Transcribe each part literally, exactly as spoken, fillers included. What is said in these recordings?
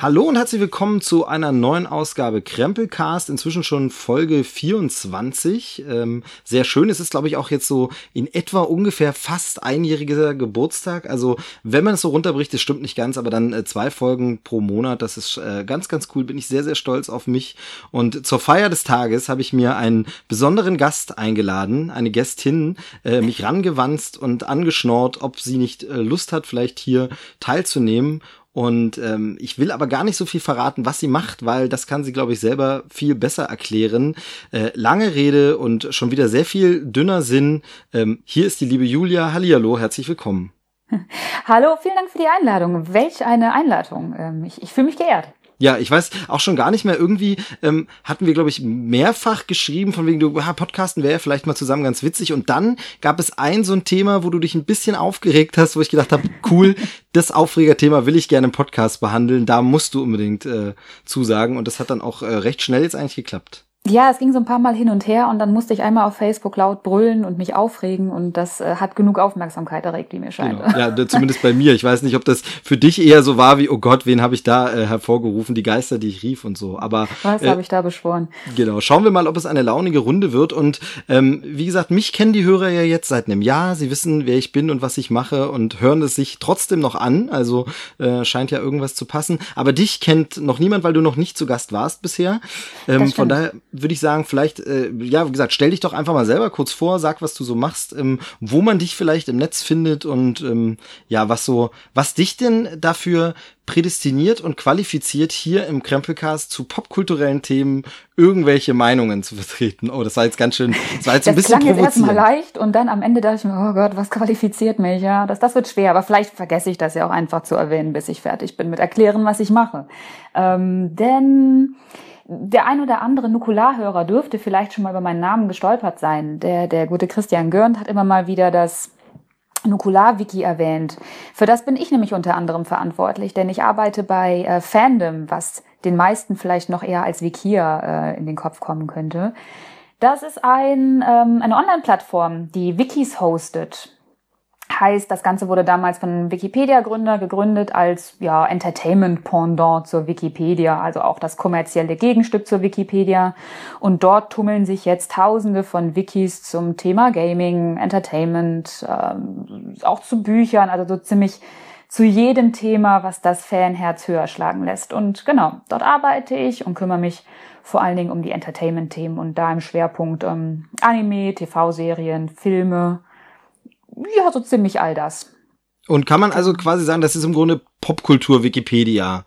Hallo und herzlich willkommen zu einer neuen Ausgabe Krempelcast, inzwischen schon Folge vierundzwanzig. Ähm, sehr schön, es ist glaube ich auch jetzt so in etwa ungefähr fast einjähriger Geburtstag. Also wenn man es so runterbricht, das stimmt nicht ganz, aber dann äh, zwei Folgen pro Monat, das ist äh, ganz, ganz cool, bin ich sehr, sehr stolz auf mich. Und zur Feier des Tages habe ich mir einen besonderen Gast eingeladen, eine Gästin, äh, mich rangewanzt und angeschnort, ob sie nicht äh, Lust hat, vielleicht hier teilzunehmen. Und ähm, ich will aber gar nicht so viel verraten, was sie macht, weil das kann sie, glaube ich, selber viel besser erklären. Äh, lange Rede und schon wieder sehr viel dünner Sinn. Ähm, hier ist die liebe Julia. Hallihallo, herzlich willkommen. Hallo, vielen Dank für die Einladung. Welch eine Einladung. Ähm, ich ich fühle mich geehrt. Ja, ich weiß auch schon gar nicht mehr, irgendwie ähm, hatten wir, glaube ich, mehrfach geschrieben, von wegen, du, ja, Podcasten wäre ja vielleicht mal zusammen ganz witzig. Und dann gab es ein so ein Thema, wo du dich ein bisschen aufgeregt hast, wo ich gedacht habe, cool, das Aufregerthema will ich gerne im Podcast behandeln, da musst du unbedingt äh, zusagen. Und das hat dann auch äh, recht schnell jetzt eigentlich geklappt. Ja, es ging so ein paar Mal hin und her und dann musste ich einmal auf Facebook laut brüllen und mich aufregen und das äh, hat genug Aufmerksamkeit erregt, wie mir scheint. Genau. Ja, zumindest bei mir. Ich weiß nicht, ob das für dich eher so war wie, oh Gott, wen habe ich da äh, hervorgerufen, die Geister, die ich rief und so. Aber was äh, habe ich da beschworen? Genau, schauen wir mal, ob es eine launige Runde wird. Und ähm, wie gesagt, mich kennen die Hörer ja jetzt seit einem Jahr. Sie wissen, wer ich bin und was ich mache und hören es sich trotzdem noch an. Also äh, scheint ja irgendwas zu passen. Aber dich kennt noch niemand, weil du noch nicht zu Gast warst bisher. Ähm, von daher würde ich sagen, vielleicht, äh, ja, wie gesagt, stell dich doch einfach mal selber kurz vor, sag, was du so machst, ähm, wo man dich vielleicht im Netz findet und ähm, ja, was so, was dich denn dafür prädestiniert und qualifiziert, hier im Krempelcast zu popkulturellen Themen irgendwelche Meinungen zu vertreten. Oh, das war jetzt ganz schön, das war jetzt das ein bisschen provozierend. Das klang jetzt erstmal leicht provozierend. Und dann am Ende dachte ich mir, oh Gott, was qualifiziert mich? Ja, das, das wird schwer, aber vielleicht vergesse ich das ja auch einfach zu erwähnen, bis ich fertig bin mit erklären, was ich mache. Ähm, denn der ein oder andere Nukularhörer dürfte vielleicht schon mal über meinen Namen gestolpert sein. Der, der gute Christian Görnd hat immer mal wieder das Nukular-Wiki erwähnt. Für das bin ich nämlich unter anderem verantwortlich, denn ich arbeite bei äh, Fandom, was den meisten vielleicht noch eher als Wikia äh, in den Kopf kommen könnte. Das ist ein, ähm, eine Online-Plattform, die Wikis hostet. Heißt, das Ganze wurde damals von einem Wikipedia-Gründer gegründet als ja Entertainment-Pendant zur Wikipedia, also auch das kommerzielle Gegenstück zur Wikipedia. Und dort tummeln sich jetzt Tausende von Wikis zum Thema Gaming, Entertainment, ähm, auch zu Büchern, also so ziemlich zu jedem Thema, was das Fanherz höher schlagen lässt. Und genau, dort arbeite ich und kümmere mich vor allen Dingen um die Entertainment-Themen und da im Schwerpunkt ähm, Anime, T V-Serien, Filme. Ja, so ziemlich all das. Und kann man also quasi sagen, das ist im Grunde Popkultur-Wikipedia?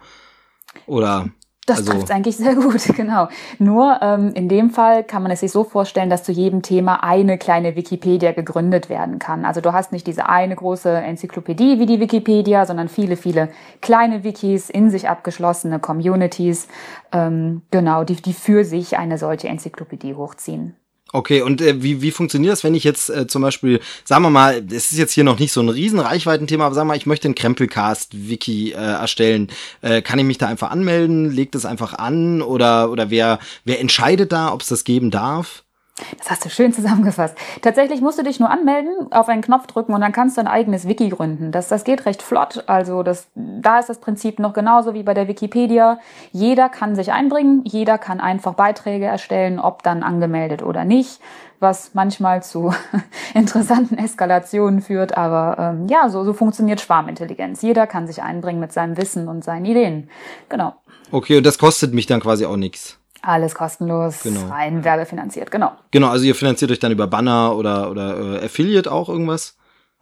Oder? Das also trifft's eigentlich sehr gut, genau. Nur ähm, in dem Fall kann man es sich so vorstellen, dass zu jedem Thema eine kleine Wikipedia gegründet werden kann. Also du hast nicht diese eine große Enzyklopädie wie die Wikipedia, sondern viele, viele kleine Wikis, in sich abgeschlossene Communities, ähm, genau, die, die für sich eine solche Enzyklopädie hochziehen. Okay, und äh, wie wie funktioniert das, wenn ich jetzt äh, zum Beispiel, sagen wir mal, es ist jetzt hier noch nicht so ein riesen Reichweitenthema, aber sagen wir mal, ich möchte einen Krempelcast-Wiki äh, erstellen. Äh, kann ich mich da einfach anmelden? Legt das einfach an? Oder oder wer wer entscheidet da, ob es das geben darf? Das hast du schön zusammengefasst. Tatsächlich musst du dich nur anmelden, auf einen Knopf drücken und dann kannst du ein eigenes Wiki gründen. Das, das geht recht flott. Also das, da ist das Prinzip noch genauso wie bei der Wikipedia. Jeder kann sich einbringen, jeder kann einfach Beiträge erstellen, ob dann angemeldet oder nicht, was manchmal zu interessanten Eskalationen führt. Aber ähm, ja, so, so funktioniert Schwarmintelligenz. Jeder kann sich einbringen mit seinem Wissen und seinen Ideen. Genau. Okay, und das kostet mich dann quasi auch nichts. Alles kostenlos, genau. Rein werbefinanziert, genau. Genau, also ihr finanziert euch dann über Banner oder oder äh, Affiliate auch irgendwas?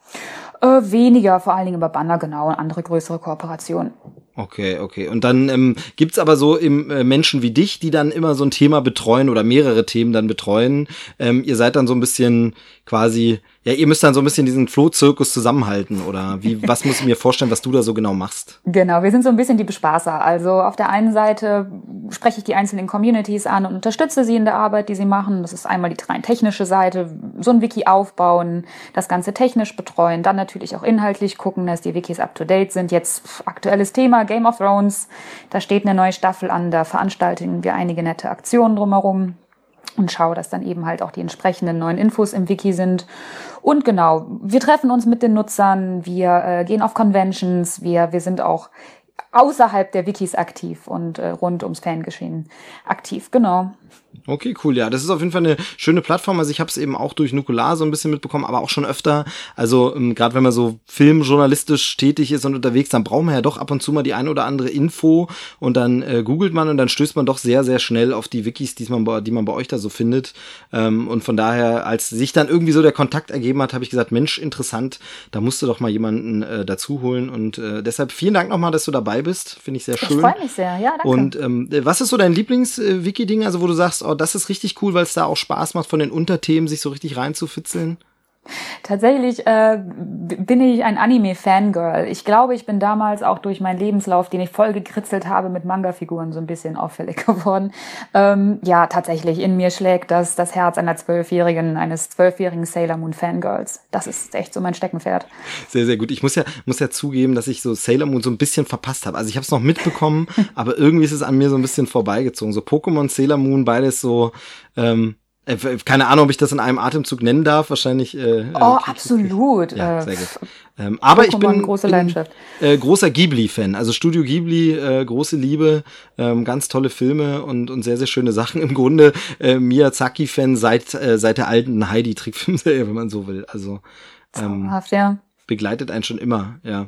Äh, weniger, vor allen Dingen über Banner, genau, und andere größere Kooperationen. Okay, okay. Und dann ähm, gibt's aber so im, äh, Menschen wie dich, die dann immer so ein Thema betreuen oder mehrere Themen dann betreuen. Ähm, ihr seid dann so ein bisschen quasi, ja, ihr müsst dann so ein bisschen diesen Flohzirkus zusammenhalten oder wie? Was muss ich mir vorstellen, was du da so genau machst? Genau, wir sind so ein bisschen die Bespaßer. Also auf der einen Seite spreche ich die einzelnen Communities an und unterstütze sie in der Arbeit, die sie machen. Das ist einmal die rein technische Seite, so ein Wiki aufbauen, das Ganze technisch betreuen, dann natürlich auch inhaltlich gucken, dass die Wikis up to date sind. Jetzt aktuelles Thema Game of Thrones, da steht eine neue Staffel an, da veranstalten wir einige nette Aktionen drumherum und schaue, dass dann eben halt auch die entsprechenden neuen Infos im Wiki sind. Und genau, wir treffen uns mit den Nutzern, wir äh, gehen auf Conventions, wir wir sind auch außerhalb der Wikis aktiv und äh, rund ums Fangeschehen aktiv, genau. Okay, cool, ja, das ist auf jeden Fall eine schöne Plattform, also ich habe es eben auch durch Nukular so ein bisschen mitbekommen, aber auch schon öfter, also ähm, gerade wenn man so filmjournalistisch tätig ist und unterwegs, dann braucht man ja doch ab und zu mal die ein oder andere Info und dann äh, googelt man und dann stößt man doch sehr, sehr schnell auf die Wikis, die man bei, die man bei euch da so findet, ähm, und von daher, als sich dann irgendwie so der Kontakt ergeben hat, habe ich gesagt, Mensch, interessant, da musst du doch mal jemanden äh, dazu holen und äh, deshalb vielen Dank nochmal, dass du dabei bist, finde ich sehr schön. Ich freue mich sehr, ja, danke. Und ähm, was ist so dein Lieblings-Wiki-Ding, also wo du sagst, oh, das ist richtig cool, weil es da auch Spaß macht, von den Unterthemen sich so richtig reinzufitzeln? Tatsächlich äh, bin ich ein Anime-Fangirl. Ich glaube, ich bin damals auch durch meinen Lebenslauf, den ich voll gekritzelt habe mit Manga-Figuren, so ein bisschen auffällig geworden. Ähm, ja, tatsächlich, in mir schlägt das, das Herz einer Zwölfjährigen, eines zwölfjährigen Sailor Moon Fangirls. Das ist echt so mein Steckenpferd. Sehr, sehr gut. Ich muss ja, muss ja zugeben, dass ich so Sailor Moon so ein bisschen verpasst habe. Also ich habe es noch mitbekommen, aber irgendwie ist es an mir so ein bisschen vorbeigezogen. So Pokémon, Sailor Moon, beides so, ähm, keine Ahnung, ob ich das in einem Atemzug nennen darf, wahrscheinlich. Äh, oh, absolut. Ja, sehr gut. Ähm, aber ich bin, große bin Leidenschaft. Äh, großer Ghibli-Fan. Also Studio Ghibli, äh, große Liebe, ähm, ganz tolle Filme und, und sehr, sehr schöne Sachen. Im Grunde äh, Miyazaki-Fan seit äh, seit der alten Heidi-Trickfilmserie, wenn man so will. Also ähm, Zauberhaft, ja. Begleitet einen schon immer, ja.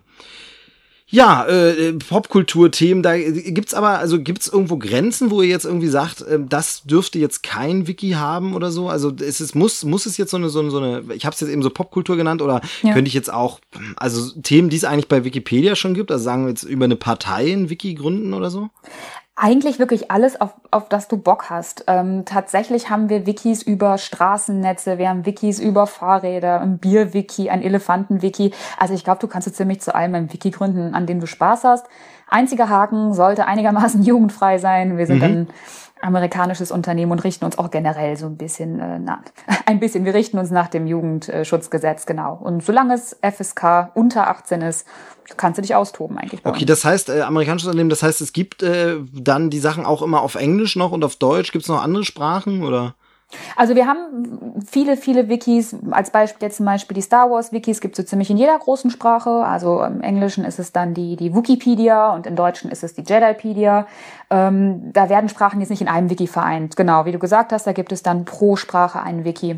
Ja, äh, Popkulturthemen, da gibt's aber, also gibt's irgendwo Grenzen, wo ihr jetzt irgendwie sagt, äh, das dürfte jetzt kein Wiki haben oder so? Also ist es muss muss es jetzt so eine so eine, so eine ich habe es jetzt eben so Popkultur genannt oder ja. Könnte ich jetzt auch, also Themen, die es eigentlich bei Wikipedia schon gibt, also sagen wir jetzt über eine Partei ein Wiki gründen oder so? Eigentlich wirklich alles, auf, auf das du Bock hast. Ähm, tatsächlich haben wir Wikis über Straßennetze, wir haben Wikis über Fahrräder, ein Bier-Wiki, ein Elefanten-Wiki. Also ich glaube, du kannst jetzt ziemlich zu allem ein Wiki gründen, an dem du Spaß hast. Einziger Haken sollte einigermaßen jugendfrei sein. Wir sind mhm. ein amerikanisches Unternehmen und richten uns auch generell so ein bisschen, äh, na, ein bisschen, wir richten uns nach dem Jugendschutzgesetz, genau. Und solange es F S K unter achtzehn ist, kannst du dich austoben eigentlich. Okay, uns. Das heißt, äh, amerikanisches Unternehmen, das heißt, es gibt äh, dann die Sachen auch immer auf Englisch noch und auf Deutsch. Gibt es noch andere Sprachen oder? Also wir haben viele, viele Wikis, als Beispiel jetzt zum Beispiel die Star Wars Wikis gibt es so ziemlich in jeder großen Sprache. Also im Englischen ist es dann die, die Wikipedia und im Deutschen ist es die Jedipedia. Ähm, da werden Sprachen jetzt nicht in einem Wiki vereint. Genau, wie du gesagt hast, da gibt es dann pro Sprache einen Wiki.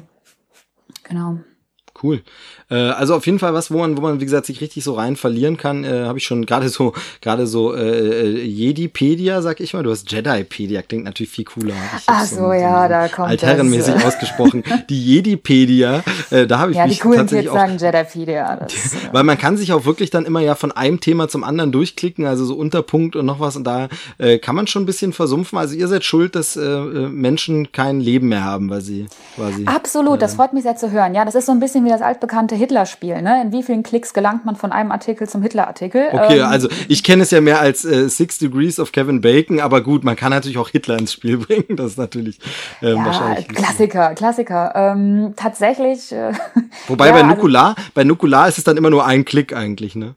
Genau. Cool. Äh, also auf jeden Fall was, wo man, wo man wie gesagt sich richtig so rein verlieren kann. Äh, Habe ich schon gerade so, gerade so äh, Jedipedia, sag ich mal. Du hast Jedipedia, klingt natürlich viel cooler. Ach so, so, ja, so da kommt altherrenmäßig das. ausgesprochen. Die Jedipedia, äh, da habe ich ja, mich die coolen tatsächlich Kids auch, sagen Jedipedia. Das, weil man kann sich auch wirklich dann immer ja von einem Thema zum anderen durchklicken, also so Unterpunkt und noch was und da äh, kann man schon ein bisschen versumpfen. Also ihr seid schuld, dass äh, Menschen kein Leben mehr haben, weil sie quasi. Absolut, äh, das freut mich sehr zu hören. Ja, das ist so ein bisschen wie das altbekannte Hitler-Spiel, ne? In wie vielen Klicks gelangt man von einem Artikel zum Hitler-Artikel? Okay, ähm, also ich kenne es ja mehr als äh, Six Degrees of Kevin Bacon, aber gut, man kann natürlich auch Hitler ins Spiel bringen, das ist natürlich ähm, ja, wahrscheinlich. Klassiker, Klassiker. Ähm, tatsächlich. Äh, Wobei ja, bei Nukular, also, bei Nukular ist es dann immer nur ein Klick eigentlich, ne?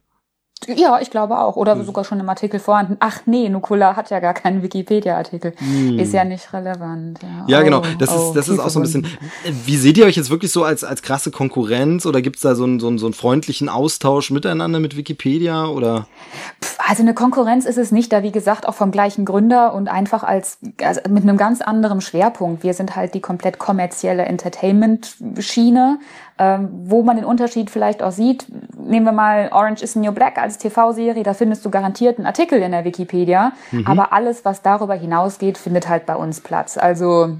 Ja, ich glaube auch. Oder sogar schon im Artikel vorhanden. Ach nee, Nukular hat ja gar keinen Wikipedia-Artikel. Hm. Ist ja nicht relevant. Ja, ja oh, genau. Das oh, ist, das ist auch so ein bisschen. Wie seht ihr euch jetzt wirklich so als, als krasse Konkurrenz? Oder gibt's da so einen, so einen, so einen freundlichen Austausch miteinander mit Wikipedia? Oder? Also eine Konkurrenz ist es nicht, da wie gesagt auch vom gleichen Gründer und einfach als, also mit einem ganz anderen Schwerpunkt. Wir sind halt die komplett kommerzielle Entertainment-Schiene. Ähm, wo man den Unterschied vielleicht auch sieht, nehmen wir mal Orange is the New Black als T V-Serie, da findest du garantiert einen Artikel in der Wikipedia, mhm. aber alles, was darüber hinausgeht, findet halt bei uns Platz. Also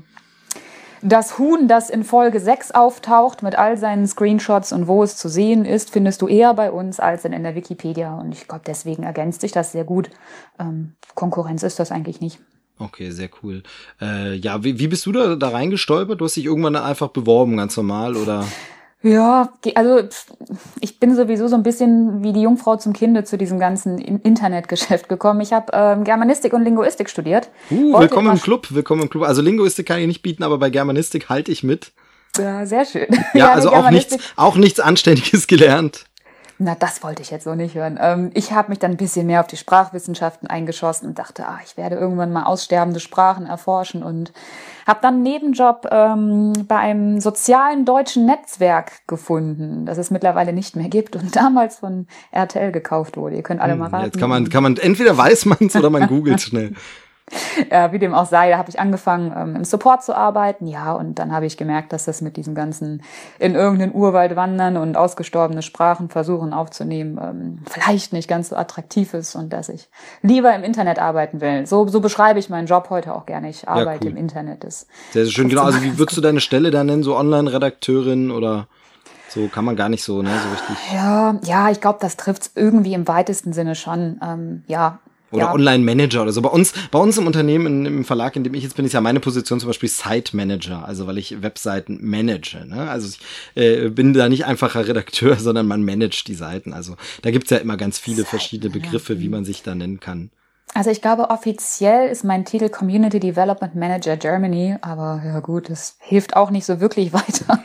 das Huhn, das in Folge sechs auftaucht mit all seinen Screenshots und wo es zu sehen ist, findest du eher bei uns als in, in der Wikipedia und ich glaube, deswegen ergänzt sich das sehr gut. Ähm, Konkurrenz ist das eigentlich nicht. Okay, sehr cool. Äh, ja, wie, wie bist du da, da reingestolpert? Du hast dich irgendwann dann einfach beworben, ganz normal, oder? Ja, also ich bin sowieso so ein bisschen wie die Jungfrau zum Kinde zu diesem ganzen Internetgeschäft gekommen. Ich habe ähm, Germanistik und Linguistik studiert. Uh, willkommen im Club, willkommen im Club. Also Linguistik kann ich nicht bieten, aber bei Germanistik halte ich mit. Ja, sehr schön. Ja, ja also auch nichts, auch nichts Anständiges gelernt. Na, das wollte ich jetzt so nicht hören. Ähm, ich habe mich dann ein bisschen mehr auf die Sprachwissenschaften eingeschossen und dachte, ah, ich werde irgendwann mal aussterbende Sprachen erforschen und habe dann einen Nebenjob ähm, bei einem sozialen deutschen Netzwerk gefunden, das es mittlerweile nicht mehr gibt und damals von R T L gekauft wurde. Ihr könnt alle mal raten. Jetzt kann man, kann man, entweder weiß man es oder man googelt schnell. Ja, wie dem auch sei, da habe ich angefangen, ähm, im Support zu arbeiten. Ja, und dann habe ich gemerkt, dass das mit diesem ganzen in irgendeinen Urwald wandern und ausgestorbene Sprachen versuchen aufzunehmen, ähm, vielleicht nicht ganz so attraktiv ist und dass ich lieber im Internet arbeiten will. So, so beschreibe ich meinen Job heute auch gerne. Ich arbeite ja, cool. im Internet. Das sehr, sehr schön. Genau, also wie würdest du deine Stelle da nennen? So Online-Redakteurin oder so? Kann man gar nicht so, ne, so richtig. Ja, ja, ich glaube, das trifft's irgendwie im weitesten Sinne schon. Ähm, ja. Oder ja. Online-Manager oder so. Bei uns, bei uns im Unternehmen, im Verlag, in dem ich jetzt bin, ist ja meine Position zum Beispiel Site-Manager, also weil ich Webseiten manage. Ne? Also ich äh, bin da nicht einfacher Redakteur, sondern man managt die Seiten. Also da gibt's ja immer ganz viele verschiedene Begriffe, wie man sich da nennen kann. Also ich glaube, offiziell ist mein Titel Community Development Manager Germany, aber ja gut, das hilft auch nicht so wirklich weiter.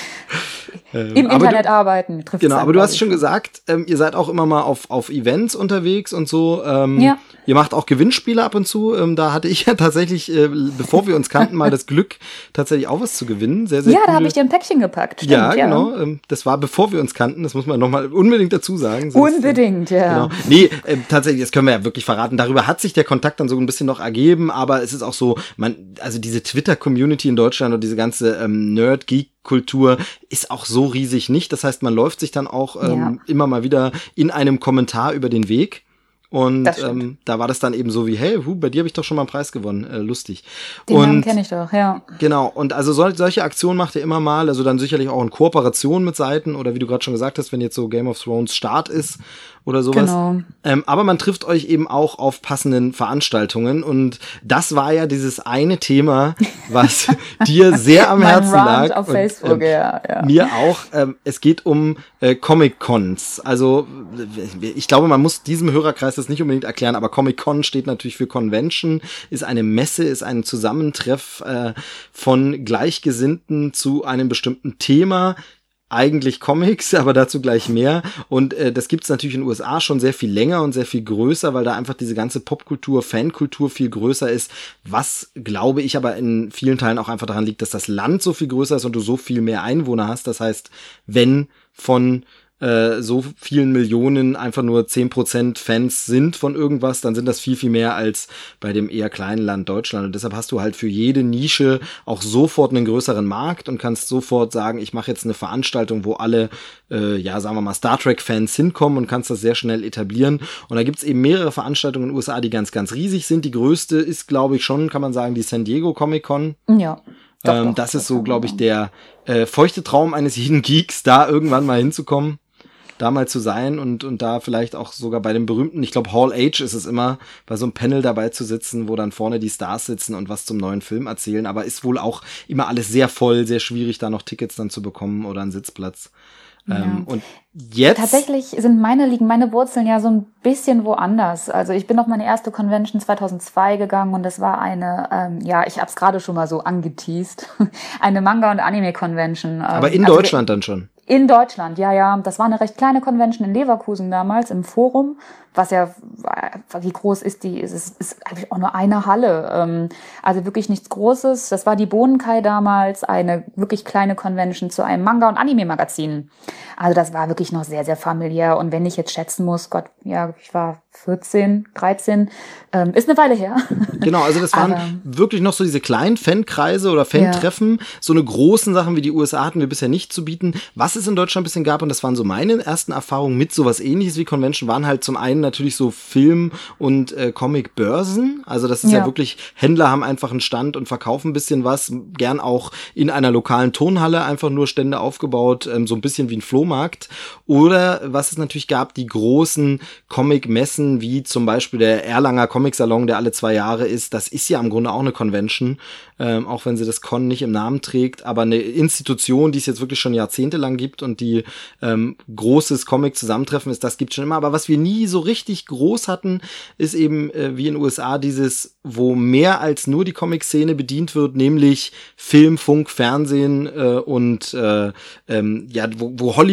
Ähm, Im Internet du, arbeiten trifft Genau, aber du hast schon gesagt, ähm, ihr seid auch immer mal auf auf Events unterwegs und so. Ähm, ja. Ihr macht auch Gewinnspiele ab und zu. Ähm, da hatte ich ja tatsächlich, äh, bevor wir uns kannten, mal das Glück, tatsächlich auch was zu gewinnen. Sehr, sehr Ja, coole. Da habe ich dir ein Päckchen gepackt. Stimmt, ja, ja, genau. Ähm, das war bevor wir uns kannten. Das muss man nochmal unbedingt dazu sagen. Sonst, unbedingt, ja. Genau. Nee, äh, tatsächlich, das können wir ja wirklich verraten. Darüber hat sich der Kontakt dann so ein bisschen noch ergeben. Aber es ist auch so, man, also diese Twitter-Community in Deutschland und diese ganze ähm, Nerd-Geek Kultur ist auch so riesig nicht. Das heißt, man läuft sich dann auch ähm, ja. immer mal wieder in einem Kommentar über den Weg. Und ähm, da war das dann eben so wie, hey, hu, bei dir habe ich doch schon mal einen Preis gewonnen. Äh, lustig. Den und, Namen kenne ich doch, ja. Genau. Und also sol- solche Aktionen macht ihr immer mal. Also dann sicherlich auch in Kooperation mit Seiten oder wie du gerade schon gesagt hast, wenn jetzt so Game of Thrones Start ist oder sowas. Genau. Ähm, aber man trifft euch eben auch auf passenden Veranstaltungen. Und das war ja dieses eine Thema, was dir sehr am Herzen Rant lag. auf Facebook, und, ähm, ja, ja. Mir auch. Ähm, es geht um äh, Comic-Cons. Also ich glaube, man muss diesem Hörerkreis das nicht unbedingt erklären, aber Comic-Con steht natürlich für Convention, ist eine Messe, ist ein Zusammentreff äh, von Gleichgesinnten zu einem bestimmten Thema. Eigentlich Comics, aber dazu gleich mehr. Und äh, das gibt's natürlich in den U S A schon sehr viel länger und sehr viel größer, weil da einfach diese ganze Popkultur, Fankultur viel größer ist. Was, glaube ich, aber in vielen Teilen auch einfach daran liegt, dass das Land so viel größer ist und du so viel mehr Einwohner hast. Das heißt, wenn von äh, so vielen Millionen einfach nur zehn Prozent Fans sind von irgendwas, dann sind das viel, viel mehr als bei dem eher kleinen Land Deutschland. Und deshalb hast du halt für jede Nische auch sofort einen größeren Markt und kannst sofort sagen, ich mache jetzt eine Veranstaltung, wo alle, äh, ja, sagen wir mal, Star Trek-Fans hinkommen und kannst das sehr schnell etablieren. Und da gibt's eben mehrere Veranstaltungen in den U S A, die ganz, ganz riesig sind. Die größte ist, glaube ich, schon, kann man sagen, die San Diego Comic-Con. Ja. Doch, ähm, doch, das das ist so, glaube ich, der äh, feuchte Traum eines jeden Geeks, da irgendwann mal hinzukommen. Da mal zu sein und und da vielleicht auch sogar bei dem berühmten, ich glaube Hall H ist es immer, bei so einem Panel dabei zu sitzen, wo dann vorne die Stars sitzen und was zum neuen Film erzählen, aber ist wohl auch immer alles sehr voll, sehr schwierig, da noch Tickets dann zu bekommen oder einen Sitzplatz. Ja. Ähm, und jetzt tatsächlich sind meine liegen meine Wurzeln ja so ein bisschen woanders. Also ich bin auf meine erste Convention zweitausendzwei gegangen und das war eine, ähm, ja, ich habe es gerade schon mal so angeteased, eine Manga- und Anime-Convention. Ähm, aber in also Deutschland dann schon? In Deutschland, ja, ja. Das war eine recht kleine Convention in Leverkusen damals im Forum, was ja, wie groß ist die? Es ist, ist eigentlich auch nur eine Halle. Also wirklich nichts Großes. Das war die Bonenkai damals, eine wirklich kleine Convention zu einem Manga- und Anime-Magazin. Also das war wirklich noch sehr, sehr familiär. Und wenn ich jetzt schätzen muss, Gott, ja, ich war vierzehn, dreizehn, ähm, ist eine Weile her. Genau, also das waren Aber, wirklich noch so diese kleinen Fankreise oder Fantreffen. Ja. So eine großen Sachen wie die U S A hatten wir bisher nicht zu bieten. Was es in Deutschland ein bisschen gab, und das waren so meine ersten Erfahrungen mit sowas ähnliches wie Convention, waren halt zum einen natürlich so Film- und äh, Comic-Börsen. Also das ist ja. ja wirklich, Händler haben einfach einen Stand und verkaufen ein bisschen was, gern auch in einer lokalen Turnhalle einfach nur Stände aufgebaut, ähm, so ein bisschen wie ein Flohmarkt. Oder was es natürlich gab, die großen Comic-Messen, wie zum Beispiel der Erlanger Comic-Salon, der alle zwei Jahre ist. Das ist ja im Grunde auch eine Convention, ähm, auch wenn sie das Con nicht im Namen trägt, aber eine Institution, die es jetzt wirklich schon jahrzehntelang gibt und die ähm, großes Comic-Zusammentreffen ist, das gibt schon immer. Aber was wir nie so richtig groß hatten, ist eben äh, wie in den U S A dieses, wo mehr als nur die Comic-Szene bedient wird, nämlich Film, Funk, Fernsehen äh, und äh, ähm, ja, wo, wo Hollywood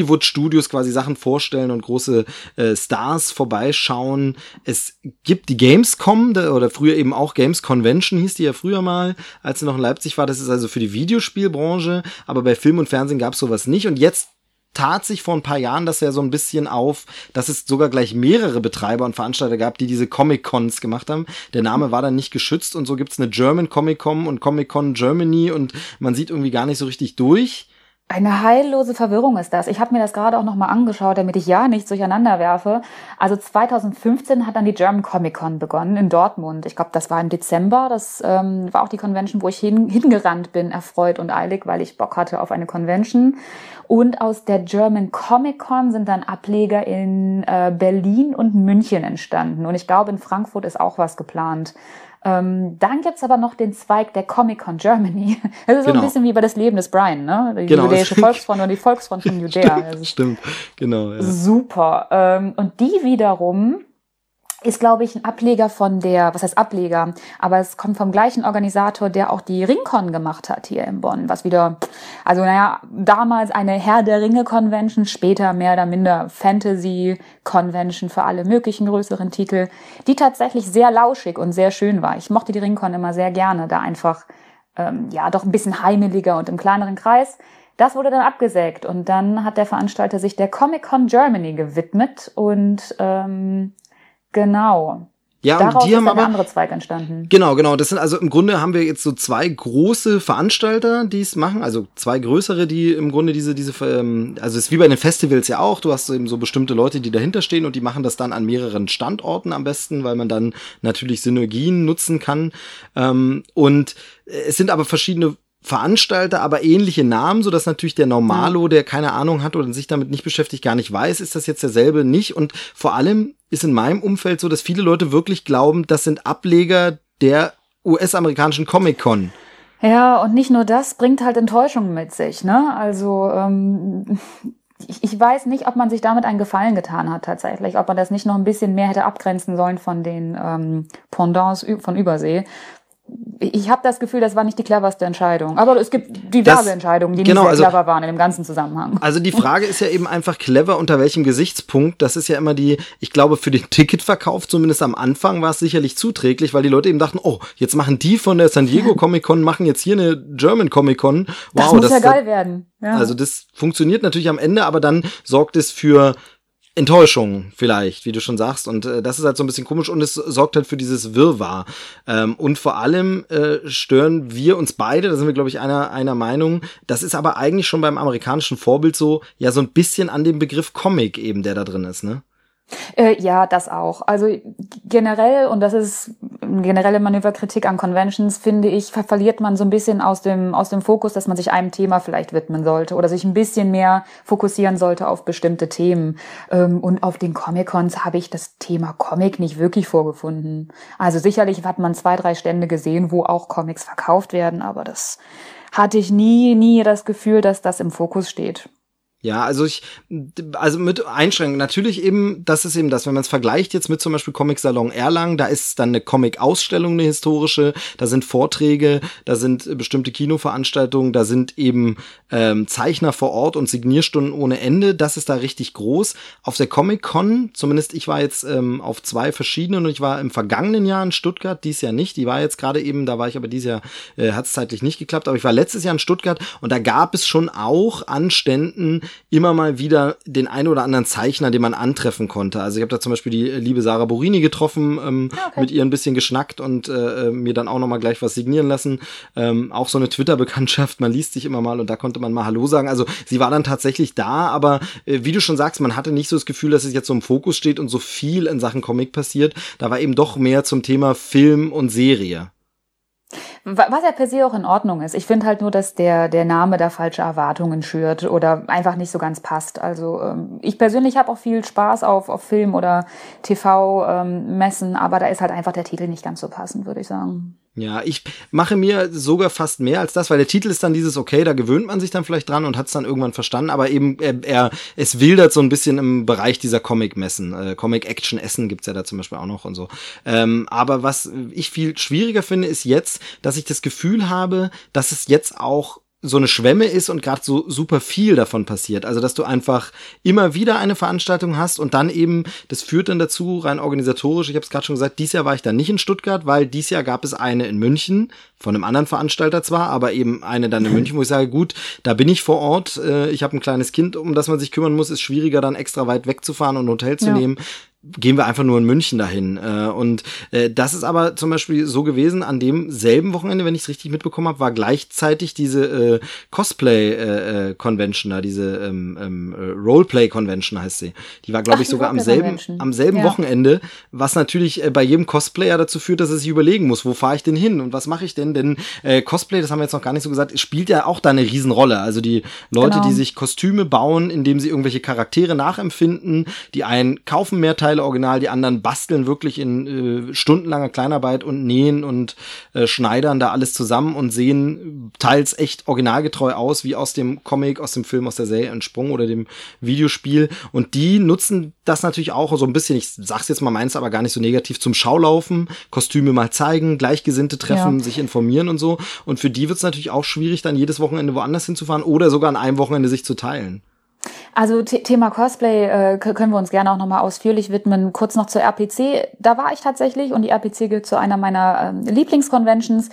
Hollywood-Studios quasi Sachen vorstellen und große äh, Stars vorbeischauen. Es gibt die Gamescom, oder früher eben auch Games Convention hieß die ja früher mal, als sie noch in Leipzig war. Das ist also für die Videospielbranche, aber bei Film und Fernsehen gab es sowas nicht. Und jetzt tat sich vor ein paar Jahren das ja so ein bisschen auf, dass es sogar gleich mehrere Betreiber und Veranstalter gab, die diese Comic-Cons gemacht haben. Der Name war dann nicht geschützt und so gibt's eine German Comic-Con und Comic-Con Germany und man sieht irgendwie gar nicht so richtig durch. Eine heillose Verwirrung ist das. Ich habe mir das gerade auch nochmal angeschaut, damit ich ja nichts durcheinander werfe. Also zwanzig fünfzehn hat dann die German Comic Con begonnen in Dortmund. Ich glaube, das war im Dezember. Das ähm, war auch die Convention, wo ich hin, hingerannt bin, erfreut und eilig, weil ich Bock hatte auf eine Convention. Und aus der German Comic Con sind dann Ableger in äh, Berlin und München entstanden. Und ich glaube, in Frankfurt ist auch was geplant. Ähm, dann gibt's aber noch den Zweig der Comic-Con Germany. Das ist so genau. ein bisschen wie bei das Leben des Brian, ne? Die genau. jüdische Volksfront und die Volksfront von Judäa. Stimmt, stimmt. Genau. Ja. Super. Ähm, und die wiederum ist, glaube ich, ein Ableger von der, was heißt Ableger, aber es kommt vom gleichen Organisator, der auch die Ringcon gemacht hat hier in Bonn, was wieder, also naja, damals eine Herr der Ringe-Convention, später mehr oder minder Fantasy-Convention für alle möglichen größeren Titel, die tatsächlich sehr lauschig und sehr schön war. Ich mochte die Ringcon immer sehr gerne, da einfach, ähm, ja, doch ein bisschen heimeliger und im kleineren Kreis. Das wurde dann abgesägt und dann hat der Veranstalter sich der Comic-Con Germany gewidmet und, ähm, genau. Ja, Daraus und die haben ist dann aber der andere Zweig entstanden. Genau, genau. Das sind also im Grunde haben wir jetzt so zwei große Veranstalter, die es machen, also zwei größere, die im Grunde diese diese ähm, also es ist wie bei den Festivals ja auch. Du hast eben so bestimmte Leute, die dahinter stehen und die machen das dann an mehreren Standorten am besten, weil man dann natürlich Synergien nutzen kann. Ähm, und es sind aber verschiedene Veranstalter, aber ähnliche Namen, so dass natürlich der Normalo, der keine Ahnung hat oder sich damit nicht beschäftigt, gar nicht weiß, ist das jetzt derselbe nicht. Und vor allem ist in meinem Umfeld so, dass viele Leute wirklich glauben, das sind Ableger der U S-amerikanischen Comic-Con. Ja, und nicht nur das bringt halt Enttäuschung mit sich, ne? Also ähm, ich, ich weiß nicht, ob man sich damit einen Gefallen getan hat tatsächlich, ob man das nicht noch ein bisschen mehr hätte abgrenzen sollen von den ähm, Pendants von Übersee. Ich habe das Gefühl, das war nicht die cleverste Entscheidung. Aber es gibt diverse das, Entscheidungen, die genau, nicht sehr also, clever waren in dem ganzen Zusammenhang. Also die Frage ist ja eben einfach clever, unter welchem Gesichtspunkt. Das ist ja immer die, ich glaube, für den Ticketverkauf, zumindest am Anfang, war es sicherlich zuträglich, weil die Leute eben dachten, oh, jetzt machen die von der San Diego Comic Con, machen jetzt hier eine German Comic Con. Wow, das muss das, ja geil werden. Ja. Also das funktioniert natürlich am Ende, aber dann sorgt es für Enttäuschung vielleicht, wie du schon sagst, und äh, das ist halt so ein bisschen komisch und es sorgt halt für dieses Wirrwarr. Ähm, und vor allem äh, stören wir uns beide, da sind wir, glaube ich, einer einer Meinung, das ist aber eigentlich schon beim amerikanischen Vorbild so, ja, so ein bisschen an dem Begriff Comic eben, der da drin ist, ne? Äh, ja, das auch. Also generell, und das ist eine generelle Manöverkritik an Conventions, finde ich, ver- verliert man so ein bisschen aus dem aus dem Fokus, dass man sich einem Thema vielleicht widmen sollte oder sich ein bisschen mehr fokussieren sollte auf bestimmte Themen. Ähm, und auf den Comic-Cons habe ich das Thema Comic nicht wirklich vorgefunden. Also sicherlich hat man zwei, drei Stände gesehen, wo auch Comics verkauft werden, aber das hatte ich nie, nie das Gefühl, dass das im Fokus steht. Ja, also ich, also mit Einschränkungen, natürlich eben, das ist eben das, wenn man es vergleicht jetzt mit zum Beispiel Comic Salon Erlangen, da ist dann eine Comic-Ausstellung, eine historische, da sind Vorträge, da sind bestimmte Kinoveranstaltungen, da sind eben ähm, Zeichner vor Ort und Signierstunden ohne Ende, das ist da richtig groß. Auf der Comic-Con, zumindest ich war jetzt ähm, auf zwei verschiedenen und ich war im vergangenen Jahr in Stuttgart, dies Jahr nicht, die war jetzt gerade eben, da war ich aber dieses Jahr, äh, hat es zeitlich nicht geklappt, aber ich war letztes Jahr in Stuttgart und da gab es schon auch an Ständen immer mal wieder den einen oder anderen Zeichner, den man antreffen konnte. Also ich habe da zum Beispiel die liebe Sarah Borini getroffen, ähm, okay. mit ihr ein bisschen geschnackt und äh, mir dann auch noch mal gleich was signieren lassen. Ähm, auch so eine Twitter-Bekanntschaft, man liest sich immer mal und da konnte man mal Hallo sagen. Also sie war dann tatsächlich da, aber äh, wie du schon sagst, man hatte nicht so das Gefühl, dass es jetzt so im Fokus steht und so viel in Sachen Comic passiert. Da war eben doch mehr zum Thema Film und Serie. Was ja per se auch in Ordnung ist. Ich finde halt nur, dass der der Name da falsche Erwartungen schürt oder einfach nicht so ganz passt. Also ähm, ich persönlich habe auch viel Spaß auf auf Film- oder T V-Messen, ähm, aber da ist halt einfach der Titel nicht ganz so passend, würde ich sagen. Ja, ich mache mir sogar fast mehr als das, weil der Titel ist dann dieses, okay, da gewöhnt man sich dann vielleicht dran und hat es dann irgendwann verstanden, aber eben er, er es wildert so ein bisschen im Bereich dieser Comic-Messen. Äh, Comic-Action-Essen gibt's ja da zum Beispiel auch noch und so. Ähm, aber was ich viel schwieriger finde, ist jetzt, dass ich das Gefühl habe, dass es jetzt auch so eine Schwemme ist und gerade so super viel davon passiert. Also, dass du einfach immer wieder eine Veranstaltung hast und dann eben, das führt dann dazu, rein organisatorisch, ich habe es gerade schon gesagt, dieses Jahr war ich dann nicht in Stuttgart, weil dieses Jahr gab es eine in München, von einem anderen Veranstalter zwar, aber eben eine dann in München, wo ich sage, gut, da bin ich vor Ort, äh, ich habe ein kleines Kind, um das man sich kümmern muss, ist schwieriger, dann extra weit wegzufahren und ein Hotel zu ja. nehmen. Gehen wir einfach nur in München dahin. Und das ist aber zum Beispiel so gewesen, an dem selben Wochenende, wenn ich es richtig mitbekommen habe, war gleichzeitig diese äh, Cosplay-Convention äh, da, diese ähm, ähm, Roleplay-Convention heißt sie. Die war, glaube ich, sogar am selben am selben ja. Wochenende, was natürlich äh, bei jedem Cosplayer dazu führt, dass er sich überlegen muss, wo fahre ich denn hin und was mache ich denn? Denn äh, Cosplay, das haben wir jetzt noch gar nicht so gesagt, spielt ja auch da eine Riesenrolle. Also die Leute, genau. die sich Kostüme bauen, indem sie irgendwelche Charaktere nachempfinden, die einen kaufen mehr Teile original, die anderen basteln wirklich in äh, stundenlanger Kleinarbeit und nähen und äh, schneidern da alles zusammen und sehen teils echt originalgetreu aus, wie aus dem Comic, aus dem Film, aus der Serie entsprungen oder dem Videospiel. Und die nutzen das natürlich auch so ein bisschen, ich sag's jetzt mal, meins aber gar nicht so negativ, zum Schaulaufen, Kostüme mal zeigen, Gleichgesinnte treffen, ja. sich informieren und so. Und für die wird's natürlich auch schwierig, dann jedes Wochenende woanders hinzufahren oder sogar an einem Wochenende sich zu teilen. Also T- Thema Cosplay äh, können wir uns gerne auch nochmal ausführlich widmen. Kurz noch zur R P C. Da war ich tatsächlich und die R P C gilt zu einer meiner ähm, Lieblingsconventions.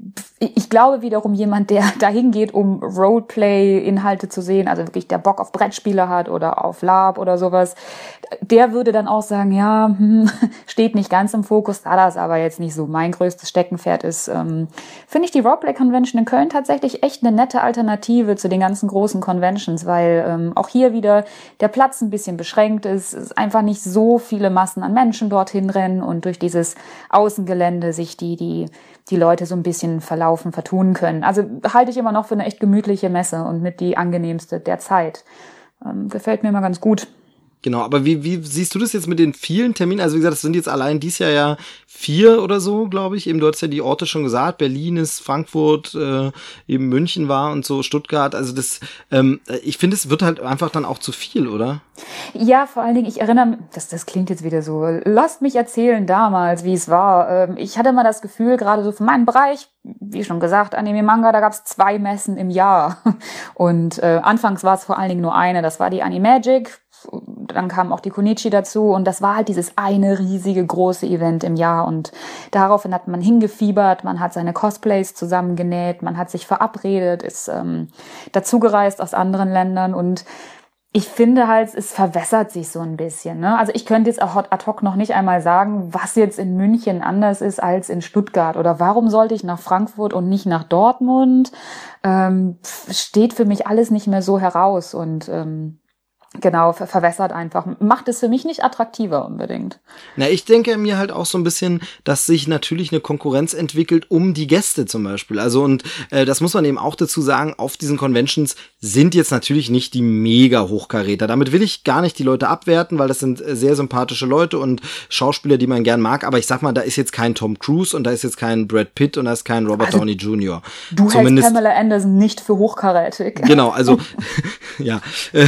Ich glaube wiederum jemand, der dahin geht, um Roleplay-Inhalte zu sehen, also wirklich der Bock auf Brettspiele hat oder auf LARP oder sowas, der würde dann auch sagen, ja, hm, steht nicht ganz im Fokus, da das aber jetzt nicht so mein größtes Steckenpferd ist, ähm, finde ich die Roleplay-Convention in Köln tatsächlich echt eine nette Alternative zu den ganzen großen Conventions, weil ähm, auch hier wieder der Platz ein bisschen beschränkt ist, es einfach nicht so viele Massen an Menschen dorthin rennen und durch dieses Außengelände sich die, die, die Leute so ein bisschen verlaufen, vertun können. Also halte ich immer noch für eine echt gemütliche Messe und mit die angenehmste der Zeit. Ähm, gefällt mir immer ganz gut. Genau, aber wie, wie siehst du das jetzt mit den vielen Terminen? Also wie gesagt, das sind jetzt allein dieses Jahr ja vier oder so, glaube ich. Eben, du hast ja die Orte schon gesagt, Berlin ist, Frankfurt, äh, eben München war und so, Stuttgart. Also das, ähm, ich finde, es wird halt einfach dann auch zu viel, oder? Ja, vor allen Dingen, ich erinnere mich, das, das klingt jetzt wieder so, lasst mich erzählen damals, wie es war. Ähm, ich hatte mal das Gefühl, gerade so für meinen Bereich, wie schon gesagt, Anime Manga, da gab es zwei Messen im Jahr. Und äh, anfangs war es vor allen Dingen nur eine, das war die Animagic. Dann kam auch die Konichi dazu und das war halt dieses eine riesige große Event im Jahr und daraufhin hat man hingefiebert, man hat seine Cosplays zusammengenäht, man hat sich verabredet, ist ähm, dazugereist aus anderen Ländern und ich finde halt, es verwässert sich so ein bisschen. Ne? Also ich könnte jetzt auch ad hoc noch nicht einmal sagen, was jetzt in München anders ist als in Stuttgart oder warum sollte ich nach Frankfurt und nicht nach Dortmund? Ähm, steht für mich alles nicht mehr so heraus und ähm, Genau, ver- verwässert einfach. Macht es für mich nicht attraktiver unbedingt. Na, ich denke mir halt auch so ein bisschen, dass sich natürlich eine Konkurrenz entwickelt um die Gäste zum Beispiel. Also und äh, das muss man eben auch dazu sagen, auf diesen Conventions sind jetzt natürlich nicht die mega Hochkaräter. Damit will ich gar nicht die Leute abwerten, weil das sind sehr sympathische Leute und Schauspieler, die man gern mag. Aber ich sag mal, da ist jetzt kein Tom Cruise und da ist jetzt kein Brad Pitt und da ist kein Robert also, Downey Junior Du Zumindest, hältst Pamela Anderson nicht für hochkarätig. Genau, also ja, äh,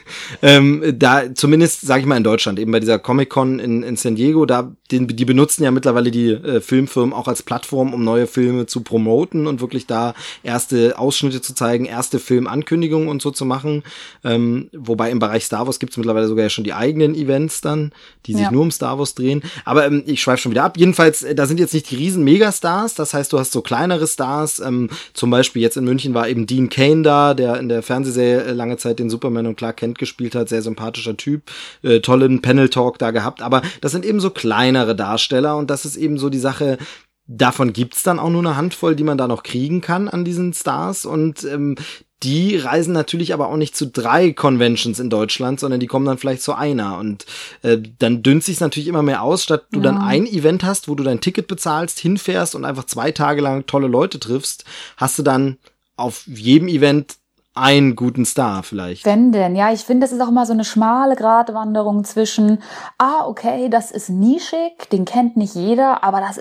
Ähm, da zumindest, sage ich mal, in Deutschland, eben bei dieser Comic-Con in, in San Diego, da den, die benutzen ja mittlerweile die äh, Filmfirmen auch als Plattform, um neue Filme zu promoten und wirklich da erste Ausschnitte zu zeigen, erste Filmankündigungen und so zu machen. Ähm, wobei im Bereich Star Wars gibt's mittlerweile sogar ja schon die eigenen Events dann, die sich ja. nur um Star Wars drehen. Aber ähm, ich schweife schon wieder ab. Jedenfalls, äh, da sind jetzt nicht die riesen Megastars, das heißt, du hast so kleinere Stars. Ähm, zum Beispiel jetzt in München war eben Dean Cain da, der in der Fernsehserie äh, lange Zeit den Superman und Clark Kent gespielt hat, sehr sympathischer Typ, äh, tollen Panel-Talk da gehabt, aber das sind eben so kleinere Darsteller und das ist eben so die Sache, davon gibt's dann auch nur eine Handvoll, die man da noch kriegen kann an diesen Stars und ähm, die reisen natürlich aber auch nicht zu drei Conventions in Deutschland, sondern die kommen dann vielleicht zu einer und äh, dann dünnt sich's natürlich immer mehr aus, statt du ja. dann ein Event hast, wo du dein Ticket bezahlst, hinfährst und einfach zwei Tage lang tolle Leute triffst, hast du dann auf jedem Event einen guten Star vielleicht. Wenn denn? Ja, ich finde, das ist auch mal so eine schmale Gratwanderung zwischen, ah, okay, das ist nischig, den kennt nicht jeder, aber das ist